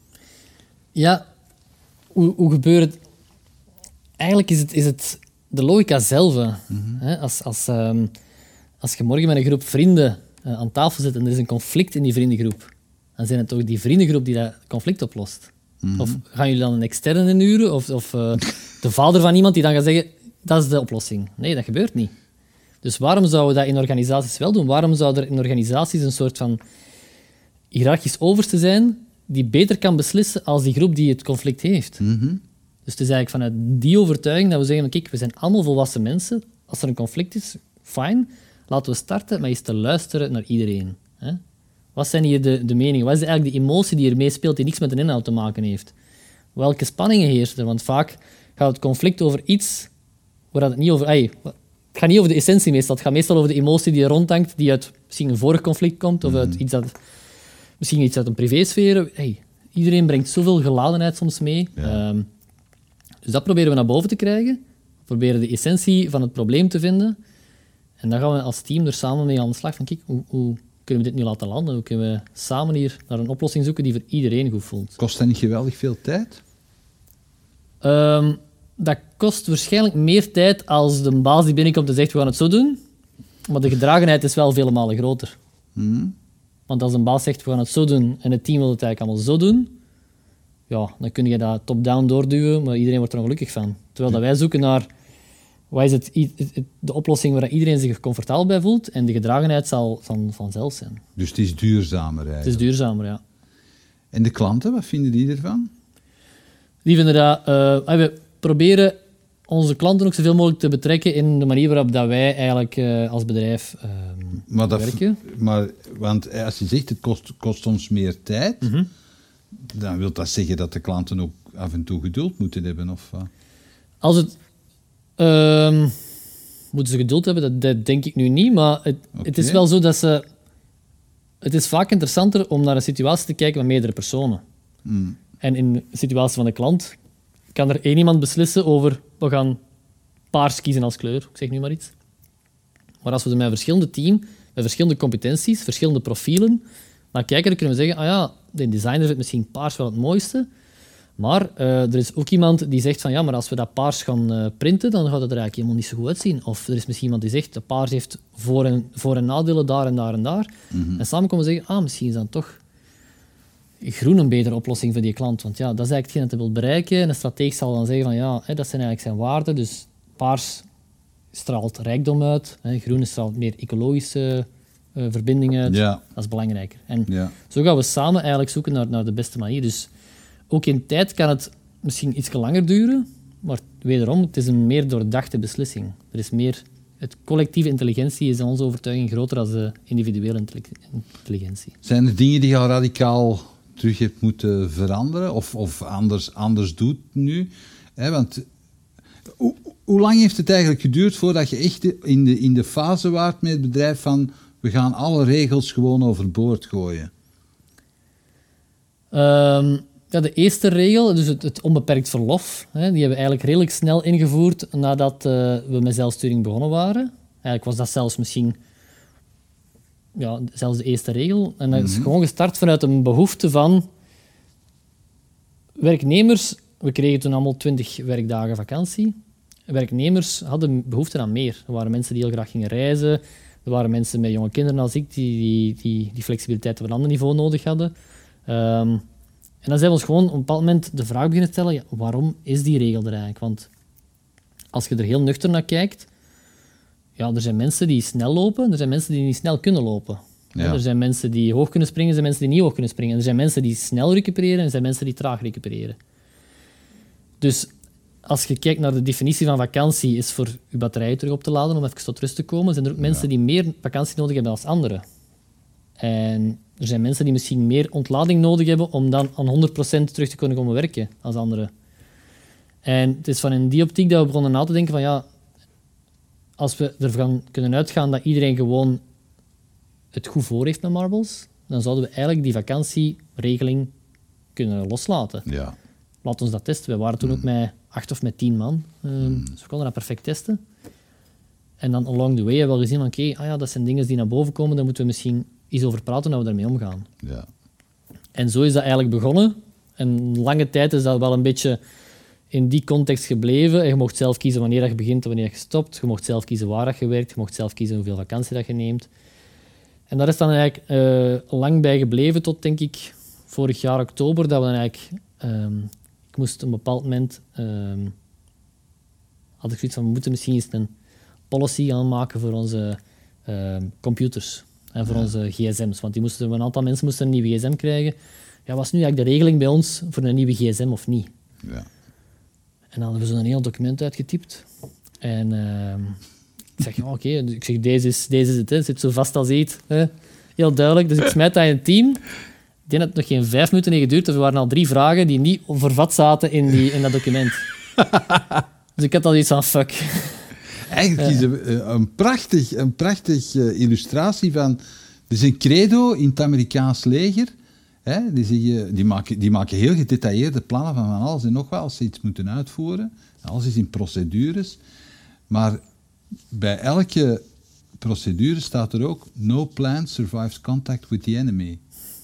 Speaker 1: Ja, hoe, hoe gebeurt het? Eigenlijk is het, is het de logica zelf. Mm-hmm. Hè? Als, als, um, als je morgen met een groep vrienden uh, aan tafel zit en er is een conflict in die vriendengroep, dan zijn het toch die vriendengroep die dat conflict oplost. Mm-hmm. Of gaan jullie dan een externe inhuren? Of, of uh, de vader van iemand die dan gaat zeggen, dat is de oplossing. Nee, dat gebeurt niet. Dus waarom zouden we dat in organisaties wel doen? Waarom zou er in organisaties een soort van hiërarchisch overste zijn die beter kan beslissen als die groep die het conflict heeft?
Speaker 2: Mm-hmm.
Speaker 1: Dus het is eigenlijk vanuit die overtuiging dat we zeggen, kijk, we zijn allemaal volwassen mensen. Als er een conflict is, fijn. Laten we starten met eens te luisteren naar iedereen. Hè? Wat zijn hier de, de meningen? Wat is eigenlijk de emotie die er meespeelt die niks met de inhoud te maken heeft? Welke spanningen heersen er? Want vaak gaat het conflict over iets waar het niet over... Ay, het gaat niet over de essentie meestal. Het gaat meestal over de emotie die er rondhangt, die uit misschien een vorig conflict komt, of uit iets dat, misschien iets uit een privésfeer. Hey, iedereen brengt zoveel geladenheid soms mee. Ja. Um, dus dat proberen we naar boven te krijgen. We proberen de essentie van het probleem te vinden. En dan gaan we als team er samen mee aan de slag van, kijk, hoe, hoe kunnen we dit nu laten landen? Hoe kunnen we samen hier naar een oplossing zoeken die voor iedereen goed voelt?
Speaker 2: Kost dat niet geweldig veel tijd?
Speaker 1: Um, dat kost waarschijnlijk meer tijd als de baas die binnenkomt en zegt we gaan het zo doen. Maar de gedragenheid is wel vele malen groter.
Speaker 2: Hmm.
Speaker 1: Want als een baas zegt we gaan het zo doen en het team wil het eigenlijk allemaal zo doen, ja, dan kun je dat top-down doorduwen, maar iedereen wordt er ongelukkig van. Terwijl dat wij zoeken naar wat is het, de oplossing waar iedereen zich comfortabel bij voelt en de gedragenheid zal van, vanzelf zijn.
Speaker 2: Dus het is duurzamer eigenlijk?
Speaker 1: Het is duurzamer, ja.
Speaker 2: En de klanten, wat vinden die ervan?
Speaker 1: Die vinden dat... Uh, we proberen onze klanten ook zoveel mogelijk te betrekken in de manier waarop dat wij eigenlijk uh, als bedrijf uh,
Speaker 2: maar dat,
Speaker 1: werken.
Speaker 2: Maar, want als je zegt het kost, kost ons meer tijd, mm-hmm. dan wil dat zeggen dat de klanten ook af en toe geduld moeten hebben? Of, uh?
Speaker 1: Als het... Uh, moeten ze geduld hebben? Dat, dat denk ik nu niet, maar het, okay. het is wel zo dat ze... Het is vaak interessanter om naar een situatie te kijken met meerdere personen.
Speaker 2: Mm.
Speaker 1: En in de situatie van de klant kan er één iemand beslissen over we gaan paars kiezen als kleur, ik zeg nu maar iets. Maar als we er met een verschillende team, met verschillende competenties, verschillende profielen naar kijken, dan kunnen we zeggen, ah ja, de designer vindt misschien paars wel het mooiste, Maar uh, er is ook iemand die zegt van ja, maar als we dat paars gaan uh, printen, dan gaat het er eigenlijk helemaal niet zo goed uitzien. Of er is misschien iemand die zegt, de paars heeft voor- en, voor- en nadelen daar en daar en daar. Mm-hmm. En samen komen we zeggen, ah, misschien is dan toch groen een betere oplossing voor die klant. Want ja, dat is eigenlijk hetgeen dat hij wil bereiken. En de stratege zal dan zeggen van ja, hè, dat zijn eigenlijk zijn waarden. Dus paars straalt rijkdom uit. Hè, groen straalt meer ecologische uh, verbindingen uit.
Speaker 2: Ja.
Speaker 1: Dat is belangrijker. En
Speaker 2: ja.
Speaker 1: zo gaan we samen eigenlijk zoeken naar, naar de beste manier. Dus ook in tijd kan het misschien iets langer duren, maar wederom, het is een meer doordachte beslissing. Er is meer, het collectieve intelligentie is in onze overtuiging groter dan de individuele intelligentie.
Speaker 2: Zijn er dingen die je al radicaal terug hebt moeten veranderen of, of anders, anders doet nu? He, want hoe, hoe lang heeft het eigenlijk geduurd voordat je echt in de, in de fase waart met het bedrijf van we gaan alle regels gewoon overboord gooien?
Speaker 1: Um, Ja, de eerste regel, dus het, het onbeperkt verlof, hè, die hebben we eigenlijk redelijk snel ingevoerd nadat uh, we met zelfsturing begonnen waren. Eigenlijk was dat zelfs misschien ja, zelfs de eerste regel. En dat is mm-hmm. gewoon gestart vanuit een behoefte van werknemers. We kregen toen allemaal twintig werkdagen vakantie. Werknemers hadden behoefte aan meer. Er waren mensen die heel graag gingen reizen. Er waren mensen met jonge kinderen als ik die die, die, die flexibiliteit op een ander niveau nodig hadden. Um, En dan zijn we ons gewoon op een bepaald moment de vraag beginnen stellen, ja, waarom is die regel er eigenlijk? Want als je er heel nuchter naar kijkt, ja, er zijn mensen die snel lopen, er zijn mensen die niet snel kunnen lopen. Ja. Er zijn mensen die hoog kunnen springen, er zijn mensen die niet hoog kunnen springen. Er zijn mensen die snel recupereren en er zijn mensen die traag recupereren. Dus als je kijkt naar de definitie van vakantie, is voor je batterijen terug op te laden om even tot rust te komen, zijn er ook ja. mensen die meer vakantie nodig hebben dan anderen. En er zijn mensen die misschien meer ontlading nodig hebben om dan aan honderd procent terug te kunnen komen werken als anderen. En het is van in die optiek dat we begonnen na te denken van ja, als we ervan kunnen uitgaan dat iedereen gewoon het goed voor heeft met Marbles, dan zouden we eigenlijk die vakantieregeling kunnen loslaten.
Speaker 2: Ja.
Speaker 1: Laat ons dat testen. We waren toen mm. ook met acht of met tien man, um, mm. dus we konden dat perfect testen. En dan along the way hebben we al gezien van oké, okay, ah ja, dat zijn dingen die naar boven komen, dan moeten we misschien iets over praten hoe we daarmee omgaan.
Speaker 2: Ja.
Speaker 1: En zo is dat eigenlijk begonnen. En lange tijd is dat wel een beetje in die context gebleven. En je mocht zelf kiezen wanneer je begint en wanneer je stopt. Je mocht zelf kiezen waar je werkt. Je mocht zelf kiezen hoeveel vakantie dat je neemt. En daar is dan eigenlijk uh, lang bij gebleven tot, denk ik, vorig jaar oktober, dat we dan eigenlijk... Um, ik moest op een bepaald moment... Um, had ik zoiets van, we moeten misschien eens een policy aanmaken voor onze uh, computers. En voor ja. onze gsm's. Want die moesten, een aantal mensen moesten een nieuwe gsm krijgen. Ja, was nu eigenlijk de regeling bij ons voor een nieuwe gsm of niet?
Speaker 2: Ja.
Speaker 1: En dan hadden we zo'n heel document uitgetypt. En uh, ik zeg, oké, okay. ik zeg, deze is, deze is het. Hè. Het zit zo vast als iets. Hè. Heel duidelijk. Dus ik smijt dat in een team. Ik denk dat het nog geen vijf minuten heeft geduurd. Er waren al drie vragen die niet vervat zaten in, die, in dat document. Dus ik had al iets van, fuck.
Speaker 2: Eigenlijk is het een prachtig, een prachtig illustratie van... Er is een credo in het Amerikaans leger. Hè, die, zeggen, die, maken, die maken heel gedetailleerde plannen van, van alles en nog wat als ze iets moeten uitvoeren. Alles is in procedures. Maar bij elke procedure staat er ook... No plan survives contact with the enemy.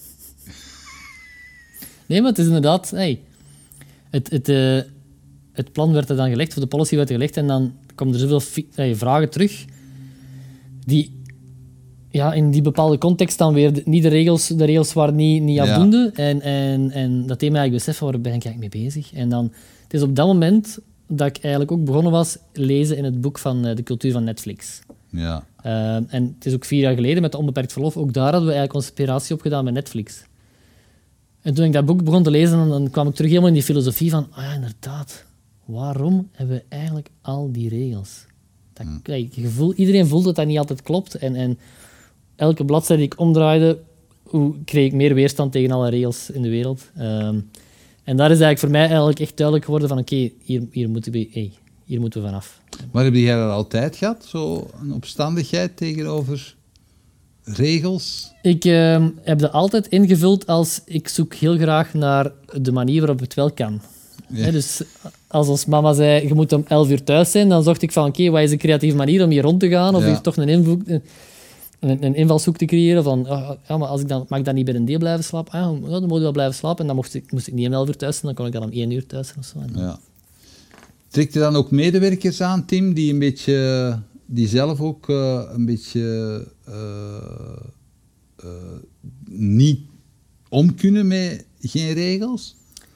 Speaker 1: Nee, maar het is inderdaad... Hey, het, het, uh, het plan werd er dan gelegd, of de policy werd er gelegd, en dan komen er zoveel fi- hey, vragen terug die ja, in die bepaalde context dan weer de, niet de regels, de regels waren niet, niet afdoende. Ja. En, en, en dat deed mij eigenlijk beseffen, waar ben ik eigenlijk mee bezig? En dan, het is op dat moment dat ik eigenlijk ook begonnen was lezen in het boek van uh, De Cultuur van Netflix.
Speaker 2: Ja.
Speaker 1: Uh, en het is ook vier jaar geleden met Onbeperkt Verlof. Ook daar hadden we eigenlijk onze inspiratie op gedaan met Netflix. En toen ik dat boek begon te lezen, dan, dan kwam ik terug helemaal in die filosofie van, ah ja, inderdaad, waarom hebben we eigenlijk al die regels? Dat, hmm. kijk, je voel, iedereen voelt dat dat niet altijd klopt. En, en elke bladzijde die ik omdraaide, hoe kreeg ik meer weerstand tegen alle regels in de wereld. Um, en daar is eigenlijk voor mij eigenlijk echt duidelijk geworden van, oké, okay, hier, hier, moeten we, hey, hier moeten we vanaf.
Speaker 2: Maar heb jij dat altijd gehad, zo een opstandigheid tegenover regels?
Speaker 1: Ik uh, heb dat altijd ingevuld als ik zoek heel graag naar de manier waarop het wel kan. Ja. He, dus als ons mama zei, je moet om elf uur thuis zijn, dan zocht ik van, oké, okay, wat is een creatieve manier om hier rond te gaan? Of ja. hier toch een invloed... een, een invalshoek te creëren van oh, ja, maar als ik dan, mag ik dan niet bij een deel blijven slapen? Ah, ja, dan moet ik wel blijven slapen. En dan mocht ik, moest ik niet om elf uur thuis zijn, dan kon ik dan om één uur thuis zijn of zo. En,
Speaker 2: ja. Trekt je dan ook medewerkers aan, Tim, die een beetje, die zelf ook uh, een beetje uh, uh, niet om kunnen met geen regels?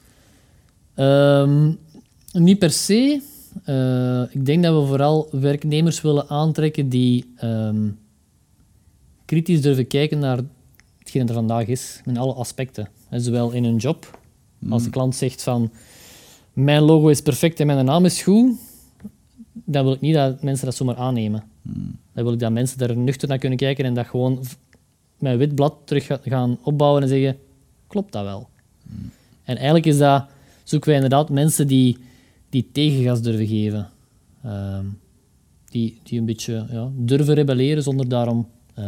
Speaker 1: Um, niet per se. Uh, ik denk dat we vooral werknemers willen aantrekken die um, kritisch durven kijken naar hetgeen er vandaag is, in alle aspecten. En zowel in hun job, mm. als de klant zegt van mijn logo is perfect en mijn naam is goed, dan wil ik niet dat mensen dat zomaar aannemen. Mm. Dan wil ik dat mensen daar nuchter naar kunnen kijken en dat gewoon met een wit blad terug gaan opbouwen en zeggen, klopt dat wel? Mm. En eigenlijk is dat, zoeken wij inderdaad mensen die, die tegengas durven geven. Uh, die, die een beetje ja, durven rebelleren zonder daarom uh,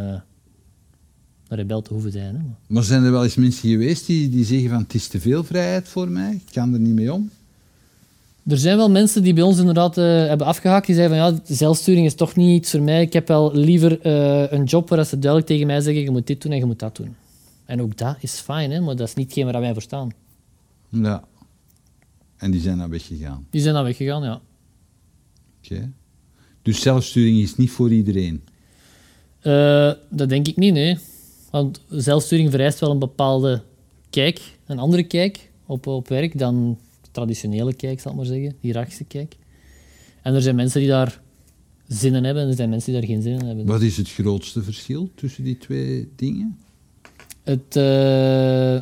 Speaker 1: een rebel te hoeven zijn. Hè.
Speaker 2: Maar zijn er wel eens mensen geweest die, die zeggen van het is te veel vrijheid voor mij, ik kan er niet mee om?
Speaker 1: Er zijn wel mensen die bij ons inderdaad uh, hebben afgehaakt. Die zeiden van ja, zelfsturing is toch niet iets voor mij. Ik heb wel liever uh, een job waar ze duidelijk tegen mij zeggen je moet dit doen en je moet dat doen. En ook dat is fijn, hè, maar dat is niet hetgeen waar wij voor staan.
Speaker 2: Ja. En die zijn dan weggegaan?
Speaker 1: Die zijn dan weggegaan, ja.
Speaker 2: Oké. Okay. Dus zelfsturing is niet voor iedereen?
Speaker 1: Uh, dat denk ik niet, nee. Want zelfsturing vereist wel een bepaalde kijk, een andere kijk op, op werk dan traditionele kijk, zal ik maar zeggen, hiërarchische kijk. En er zijn mensen die daar zin in hebben en er zijn mensen die daar geen zin in hebben.
Speaker 2: Wat is het grootste verschil tussen die twee dingen?
Speaker 1: Het, uh,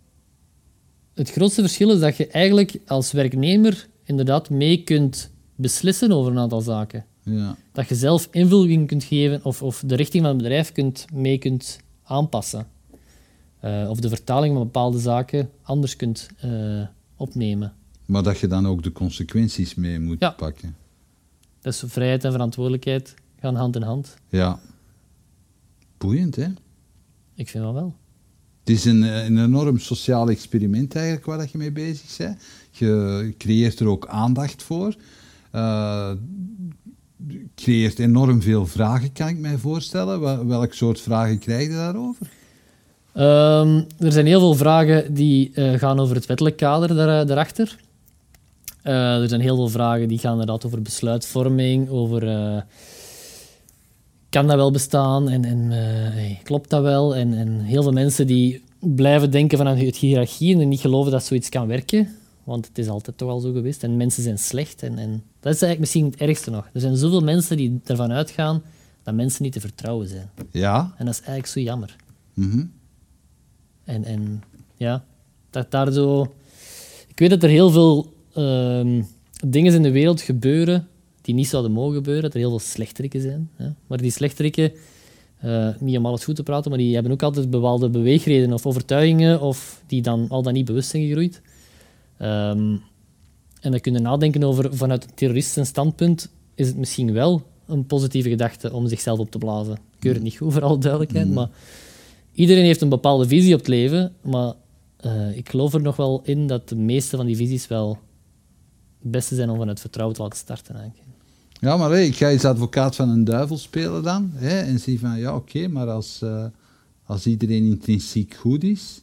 Speaker 1: het grootste verschil is dat je eigenlijk als werknemer inderdaad mee kunt beslissen over een aantal zaken.
Speaker 2: Ja. Dat
Speaker 1: je zelf invulling kunt geven of, of de richting van het bedrijf kunt, mee kunt aanpassen. Uh, of de vertaling van bepaalde zaken anders kunt uh, opnemen.
Speaker 2: Maar dat je dan ook de consequenties mee moet
Speaker 1: ja.
Speaker 2: pakken.
Speaker 1: Dus vrijheid en verantwoordelijkheid gaan hand in hand.
Speaker 2: Ja. Boeiend, hè?
Speaker 1: Ik vind dat wel.
Speaker 2: Het is een, een enorm sociaal experiment eigenlijk waar je mee bezig bent. Je creëert er ook aandacht voor. Uh, creëert enorm veel vragen, kan ik mij voorstellen. Welk soort vragen krijg je daarover?
Speaker 1: Um, er zijn heel veel vragen die uh, gaan over het wettelijk kader daar, daarachter. Uh, er zijn heel veel vragen die gaan inderdaad over besluitvorming, over uh, kan dat wel bestaan en, en uh, hey, klopt dat wel? En, en heel veel mensen die blijven denken vanuit het hiërarchie en niet geloven dat zoiets kan werken, want het is altijd toch al zo geweest. En mensen zijn slecht en, en dat is eigenlijk misschien het ergste nog. Er zijn zoveel mensen die ervan uitgaan dat mensen niet te vertrouwen zijn.
Speaker 2: Ja.
Speaker 1: En dat is eigenlijk zo jammer.
Speaker 2: Mm-hmm.
Speaker 1: En, en ja, dat daar zo... Ik weet dat er heel veel uh, dingen in de wereld gebeuren die niet zouden mogen gebeuren, dat er heel veel slechterikken zijn. Hè? Maar die slechterikken, uh, niet om alles goed te praten, maar die hebben ook altijd bepaalde beweegredenen of overtuigingen of die dan al dan niet bewust zijn gegroeid. Um, en dan kun je nadenken over, vanuit het terroristisch standpunt, is het misschien wel een positieve gedachte om zichzelf op te blazen. Ik keur het niet goed, voor alle duidelijkheid, mm. maar iedereen heeft een bepaalde visie op het leven, maar uh, ik geloof er nog wel in dat de meeste van die visies wel het beste zijn om vanuit vertrouwen te laten starten. Eigenlijk.
Speaker 2: Ja, maar hey, ik ga eens advocaat van een duivel spelen dan. Hè, en zie van, ja, oké, okay, maar als, uh, als iedereen intrinsiek goed is,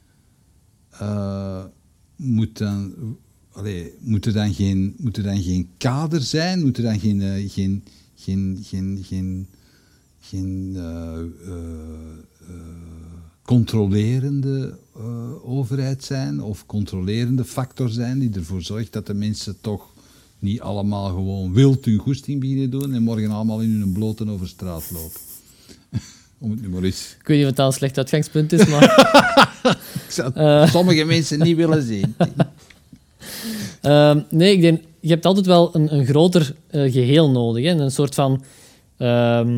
Speaker 2: uh, moet, dan, allee, moet, er dan geen, moet er dan geen kader zijn? Moet er dan geen... Uh, geen, geen, geen, geen, geen uh, uh, uh, controlerende uh, overheid zijn of controlerende factor zijn die ervoor zorgt dat de mensen toch niet allemaal gewoon wild hun goesting beginnen doen en morgen allemaal in hun blote over straat lopen. Om het nu maar eens...
Speaker 1: Ik weet niet of het een slecht uitgangspunt is, maar...
Speaker 2: Ik zou uh... sommige mensen niet willen zien.
Speaker 1: uh, nee, ik denk, je hebt altijd wel een, een groter uh, geheel nodig. Hè? Een soort van... Uh,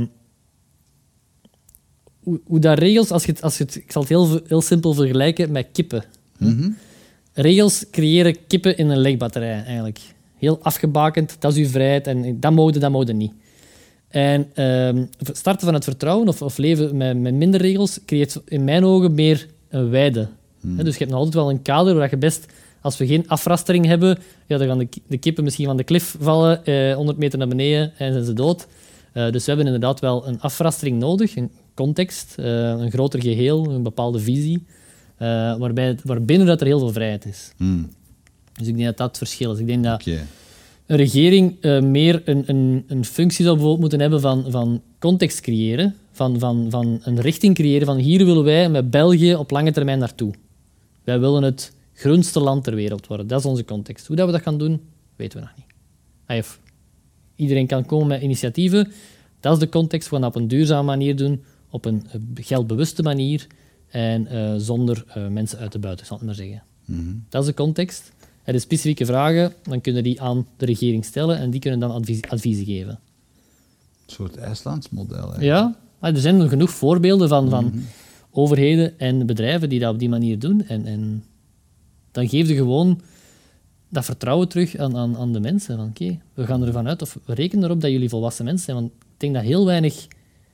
Speaker 1: Hoe, hoe dat regels, als je het, als je het, ik zal het heel, heel simpel vergelijken met kippen.
Speaker 2: Mm-hmm.
Speaker 1: Regels creëren kippen in een legbatterij, eigenlijk. Heel afgebakend, dat is uw vrijheid en dat mogen, dat mogen niet. En uh, starten van het vertrouwen of, of leven met, met minder regels creëert in mijn ogen meer een weide. Mm. Dus je hebt nog altijd wel een kader waar je best, als we geen afrastering hebben, ja, dan gaan de, de kippen misschien van de klif vallen, eh, honderd meter naar beneden en zijn ze dood. Uh, dus we hebben inderdaad wel een afrastering nodig, een context, uh, een groter geheel, een bepaalde visie, uh, waarbij het, waarbinnen dat er heel veel vrijheid is.
Speaker 2: Mm.
Speaker 1: Dus ik denk dat dat het verschil is. Ik denk dat
Speaker 2: Okay.
Speaker 1: een regering uh, meer een, een, een functie zou bijvoorbeeld moeten hebben van, van context creëren, van, van, van een richting creëren van hier willen wij met België op lange termijn naartoe. Wij willen het groenste land ter wereld worden. Dat is onze context. Hoe dat we dat gaan doen, weten we nog niet. Of iedereen kan komen met initiatieven. Dat is de context. We gaan dat op een duurzame manier doen, op een geldbewuste manier en uh, zonder uh, mensen uit te buiten, zal ik maar zeggen.
Speaker 2: Mm-hmm.
Speaker 1: Dat is de context. En de specifieke vragen, dan kunnen die aan de regering stellen en die kunnen dan advies, adviezen geven.
Speaker 2: Een soort IJslands model. Eigenlijk.
Speaker 1: Ja, er zijn genoeg voorbeelden van, van mm-hmm. overheden en bedrijven die dat op die manier doen. En, en dan geef je gewoon dat vertrouwen terug aan, aan, aan de mensen. Oké, okay, we gaan ervan uit, of we rekenen erop dat jullie volwassen mensen zijn. Want ik denk dat heel weinig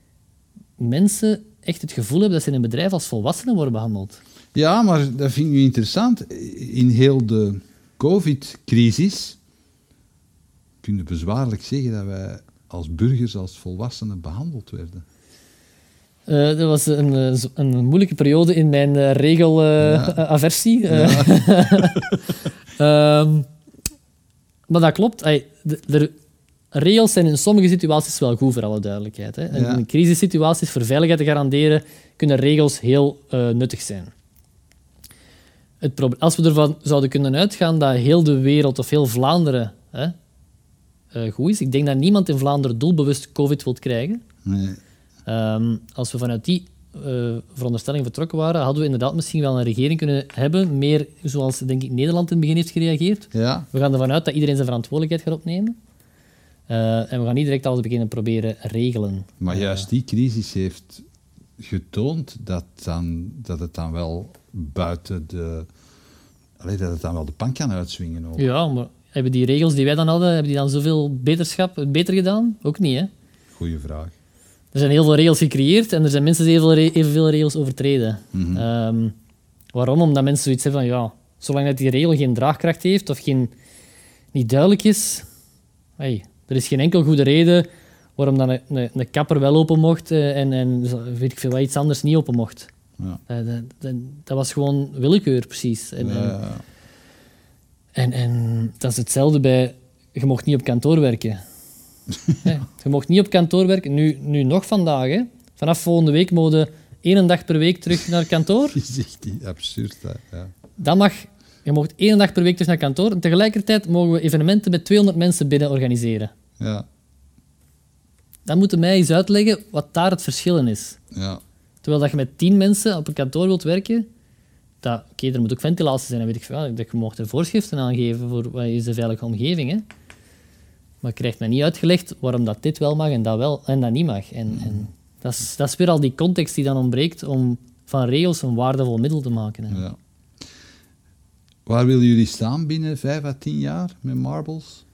Speaker 1: mensen echt het gevoel hebben dat ze in een bedrijf als volwassenen worden behandeld.
Speaker 2: Ja, maar dat vind ik nu interessant. In heel de COVID-crisis kun je bezwaarlijk zeggen dat wij als burgers, als volwassenen behandeld werden.
Speaker 1: Uh, dat was een, een moeilijke periode in mijn uh, regelaversie. Uh, ja. Ja. um, maar dat klopt. Ay, de, de regels zijn in sommige situaties wel goed, voor alle duidelijkheid. Hè. En ja. In crisissituaties, voor veiligheid te garanderen, kunnen regels heel uh, nuttig zijn. Het probleem, als we ervan zouden kunnen uitgaan dat heel de wereld of heel Vlaanderen hè, uh, goed is, ik denk dat niemand in Vlaanderen doelbewust COVID wil krijgen.
Speaker 2: Nee.
Speaker 1: Um, als we vanuit die uh, veronderstelling vertrokken waren, hadden we inderdaad misschien wel een regering kunnen hebben, meer zoals denk ik Nederland in het begin heeft gereageerd.
Speaker 2: Ja.
Speaker 1: We gaan ervan uit dat iedereen zijn verantwoordelijkheid gaat opnemen. Uh, en we gaan niet direct alles beginnen proberen regelen.
Speaker 2: Maar juist die crisis heeft getoond dat, dan, dat het dan wel buiten de... Allee, dat het dan wel de pan kan uitswingen. Ook.
Speaker 1: Ja, maar hebben die regels die wij dan hadden, hebben die dan zoveel beterschap, beter gedaan? Ook niet, hè?
Speaker 2: Goeie vraag.
Speaker 1: Er zijn heel veel regels gecreëerd en er zijn mensen die evenveel, evenveel regels overtreden.
Speaker 2: Mm-hmm.
Speaker 1: Um, waarom? Omdat mensen zoiets hebben van, ja, zolang dat die regel geen draagkracht heeft of geen, niet duidelijk is, hey, er is geen enkel goede reden waarom dan een, een, een kapper wel open mocht en, en weet ik veel, wat iets anders niet open mocht.
Speaker 2: Ja.
Speaker 1: Uh, dat, dat, dat was gewoon willekeur, precies. En,
Speaker 2: ja.
Speaker 1: en, en dat is hetzelfde bij, je mocht niet op kantoor werken. Hey, je mocht niet op kantoor werken, nu, nu nog vandaag. Hè. Vanaf volgende week mogen we één dag per week terug naar kantoor.
Speaker 2: Dat is echt absurd. Hè? Ja.
Speaker 1: Dat mag. Je mocht één dag per week terug naar kantoor. En tegelijkertijd mogen we evenementen met tweehonderd mensen binnen organiseren.
Speaker 2: Ja.
Speaker 1: Dan moeten mij eens uitleggen wat daar het verschil in is.
Speaker 2: Ja.
Speaker 1: Terwijl dat je met tien mensen op een kantoor wilt werken, dat, oké, okay, er moet ook ventilatie zijn, dan weet ik veel. Dat je mag er voorschriften aangeven voor wat is de veilige omgeving. Hè. Maar je krijgt mij niet uitgelegd waarom dat dit wel mag en dat, wel, en dat niet mag. En, en dat, is, dat is weer al die context die dan ontbreekt om van regels een waardevol middel te maken. Hè.
Speaker 2: Ja. Waar willen jullie staan binnen vijf à tien jaar met Marbles?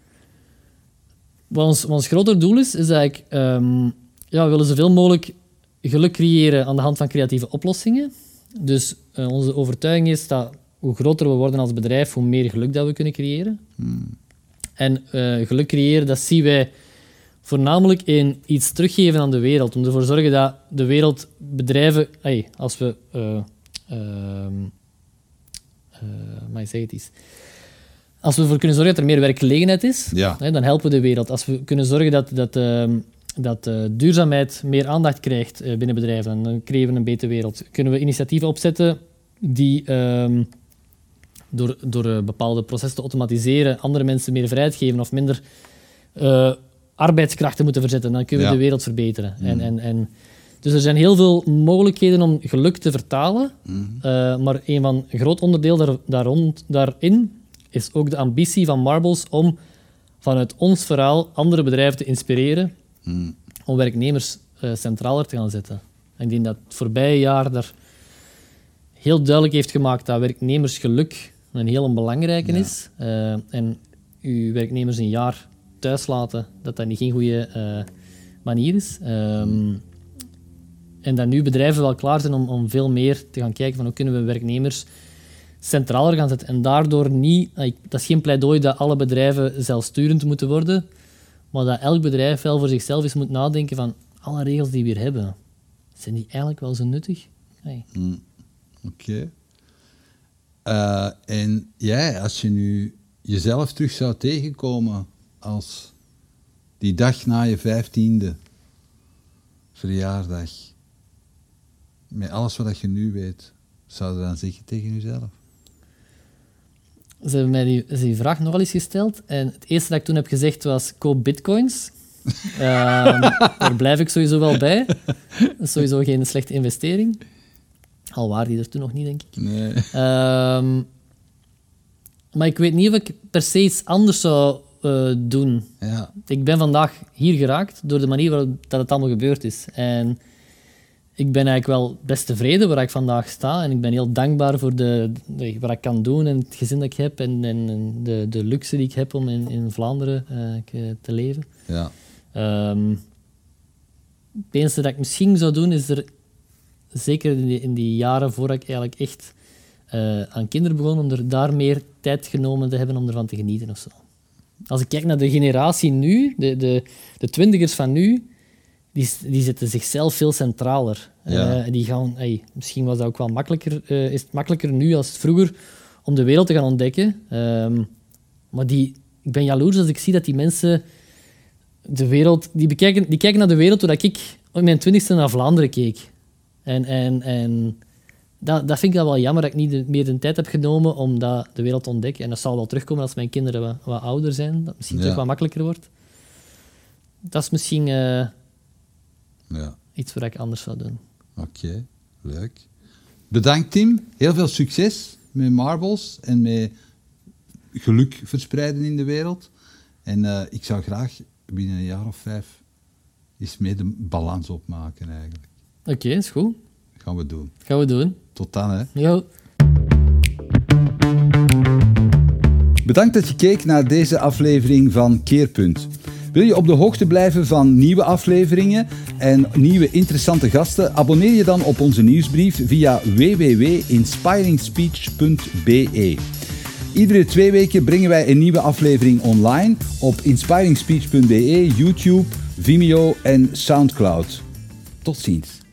Speaker 1: Wat ons, wat ons groter doel is, is eigenlijk... Um, ja, we willen zoveel mogelijk geluk creëren aan de hand van creatieve oplossingen. Dus uh, onze overtuiging is dat hoe groter we worden als bedrijf, hoe meer geluk dat we kunnen creëren.
Speaker 2: Hmm.
Speaker 1: En uh, geluk creëren, dat zien wij voornamelijk in iets teruggeven aan de wereld. Om ervoor te zorgen dat de wereld bedrijven... Hey, als we... Uh, uh, uh, maar zeg het eens. Als we ervoor kunnen zorgen dat er meer werkgelegenheid is,
Speaker 2: ja.
Speaker 1: hè, dan helpen we de wereld. Als we kunnen zorgen dat, dat, uh, dat uh, duurzaamheid meer aandacht krijgt uh, binnen bedrijven, dan creëren we een betere wereld. Kunnen we initiatieven opzetten die... Uh, door, door uh, bepaalde processen te automatiseren, andere mensen meer vrijheid geven of minder uh, arbeidskrachten moeten verzetten, dan kunnen we ja. de wereld verbeteren. Mm. En, en, en, dus er zijn heel veel mogelijkheden om geluk te vertalen, mm. uh, maar een van een groot onderdeel daar, daar rond, daarin is ook de ambitie van Marbles om vanuit ons verhaal andere bedrijven te inspireren mm. om werknemers uh, centraler te gaan zetten. En ik denk dat het voorbije jaar daar heel duidelijk heeft gemaakt dat werknemersgeluk een heel belangrijke ja. is. Uh, en uw werknemers een jaar thuis laten, dat dat niet geen goede uh, manier is. Um, en dat nu bedrijven wel klaar zijn om, om veel meer te gaan kijken van hoe kunnen we werknemers centraler gaan zetten. En daardoor niet... Dat is geen pleidooi dat alle bedrijven zelfsturend moeten worden, maar dat elk bedrijf wel voor zichzelf eens moet nadenken van alle regels die we hier hebben. zijn die eigenlijk wel zo nuttig? Nee.
Speaker 2: Mm. Oké. Okay. Uh, en jij, als je nu jezelf terug zou tegenkomen als die dag na je vijftiende verjaardag, met alles wat je nu weet, zou je dan zeggen tegen jezelf?
Speaker 1: Ze hebben mij die, die vraag nogal eens gesteld. En het eerste dat ik toen heb gezegd was, koop bitcoins. uh, daar blijf ik sowieso wel bij. Dat is sowieso geen slechte investering. Al waren die er toen nog niet, denk ik.
Speaker 2: Nee.
Speaker 1: Um, maar ik weet niet of ik per se iets anders zou uh, doen.
Speaker 2: Ja.
Speaker 1: Ik ben vandaag hier geraakt door de manier waarop dat het allemaal gebeurd is. En ik ben eigenlijk wel best tevreden waar ik vandaag sta. En ik ben heel dankbaar voor de, de, wat ik kan doen en het gezin dat ik heb. En, en, en de, de luxe die ik heb om in, in Vlaanderen uh, te leven.
Speaker 2: Ja.
Speaker 1: Um, het enige dat ik misschien zou doen, is er... Zeker in die, in die jaren voordat ik eigenlijk echt uh, aan kinderen begon, om er daar meer tijd genomen te hebben om ervan te genieten of zo. Als ik kijk naar de generatie nu, de, de, de twintigers van nu, die, die zetten zichzelf veel centraler.
Speaker 2: Ja.
Speaker 1: Uh, die gaan, hey, misschien was dat ook wel makkelijker, uh, is het makkelijker nu als vroeger om de wereld te gaan ontdekken. Um, maar die, ik ben jaloers als ik zie dat die mensen de wereld, die, bekijken, die kijken naar de wereld doordat ik in mijn twintigste naar Vlaanderen keek. En, en, en dat, dat vind ik wel jammer dat ik niet de, meer de tijd heb genomen om dat, de wereld te ontdekken. En dat zal wel terugkomen als mijn kinderen wat, wat ouder zijn. Dat het misschien ja. toch wat makkelijker wordt. Dat is misschien uh,
Speaker 2: ja.
Speaker 1: iets wat ik anders zou doen.
Speaker 2: Oké, okay, leuk. Bedankt, Tim. Heel veel succes met Marbles en met geluk verspreiden in de wereld. En uh, ik zou graag binnen een jaar of vijf eens mee de balans opmaken eigenlijk.
Speaker 1: Oké, okay, is goed.
Speaker 2: Dat gaan we doen.
Speaker 1: Gaan we doen.
Speaker 2: Tot dan, hè.
Speaker 1: Jo.
Speaker 2: Bedankt dat je keek naar deze aflevering van Keerpunt. Wil je op de hoogte blijven van nieuwe afleveringen en nieuwe interessante gasten? Abonneer je dan op onze nieuwsbrief via w w w punt inspiring speech punt b e. Iedere twee weken brengen wij een nieuwe aflevering online op inspiring speech punt b e, YouTube, Vimeo en Soundcloud. Tot ziens.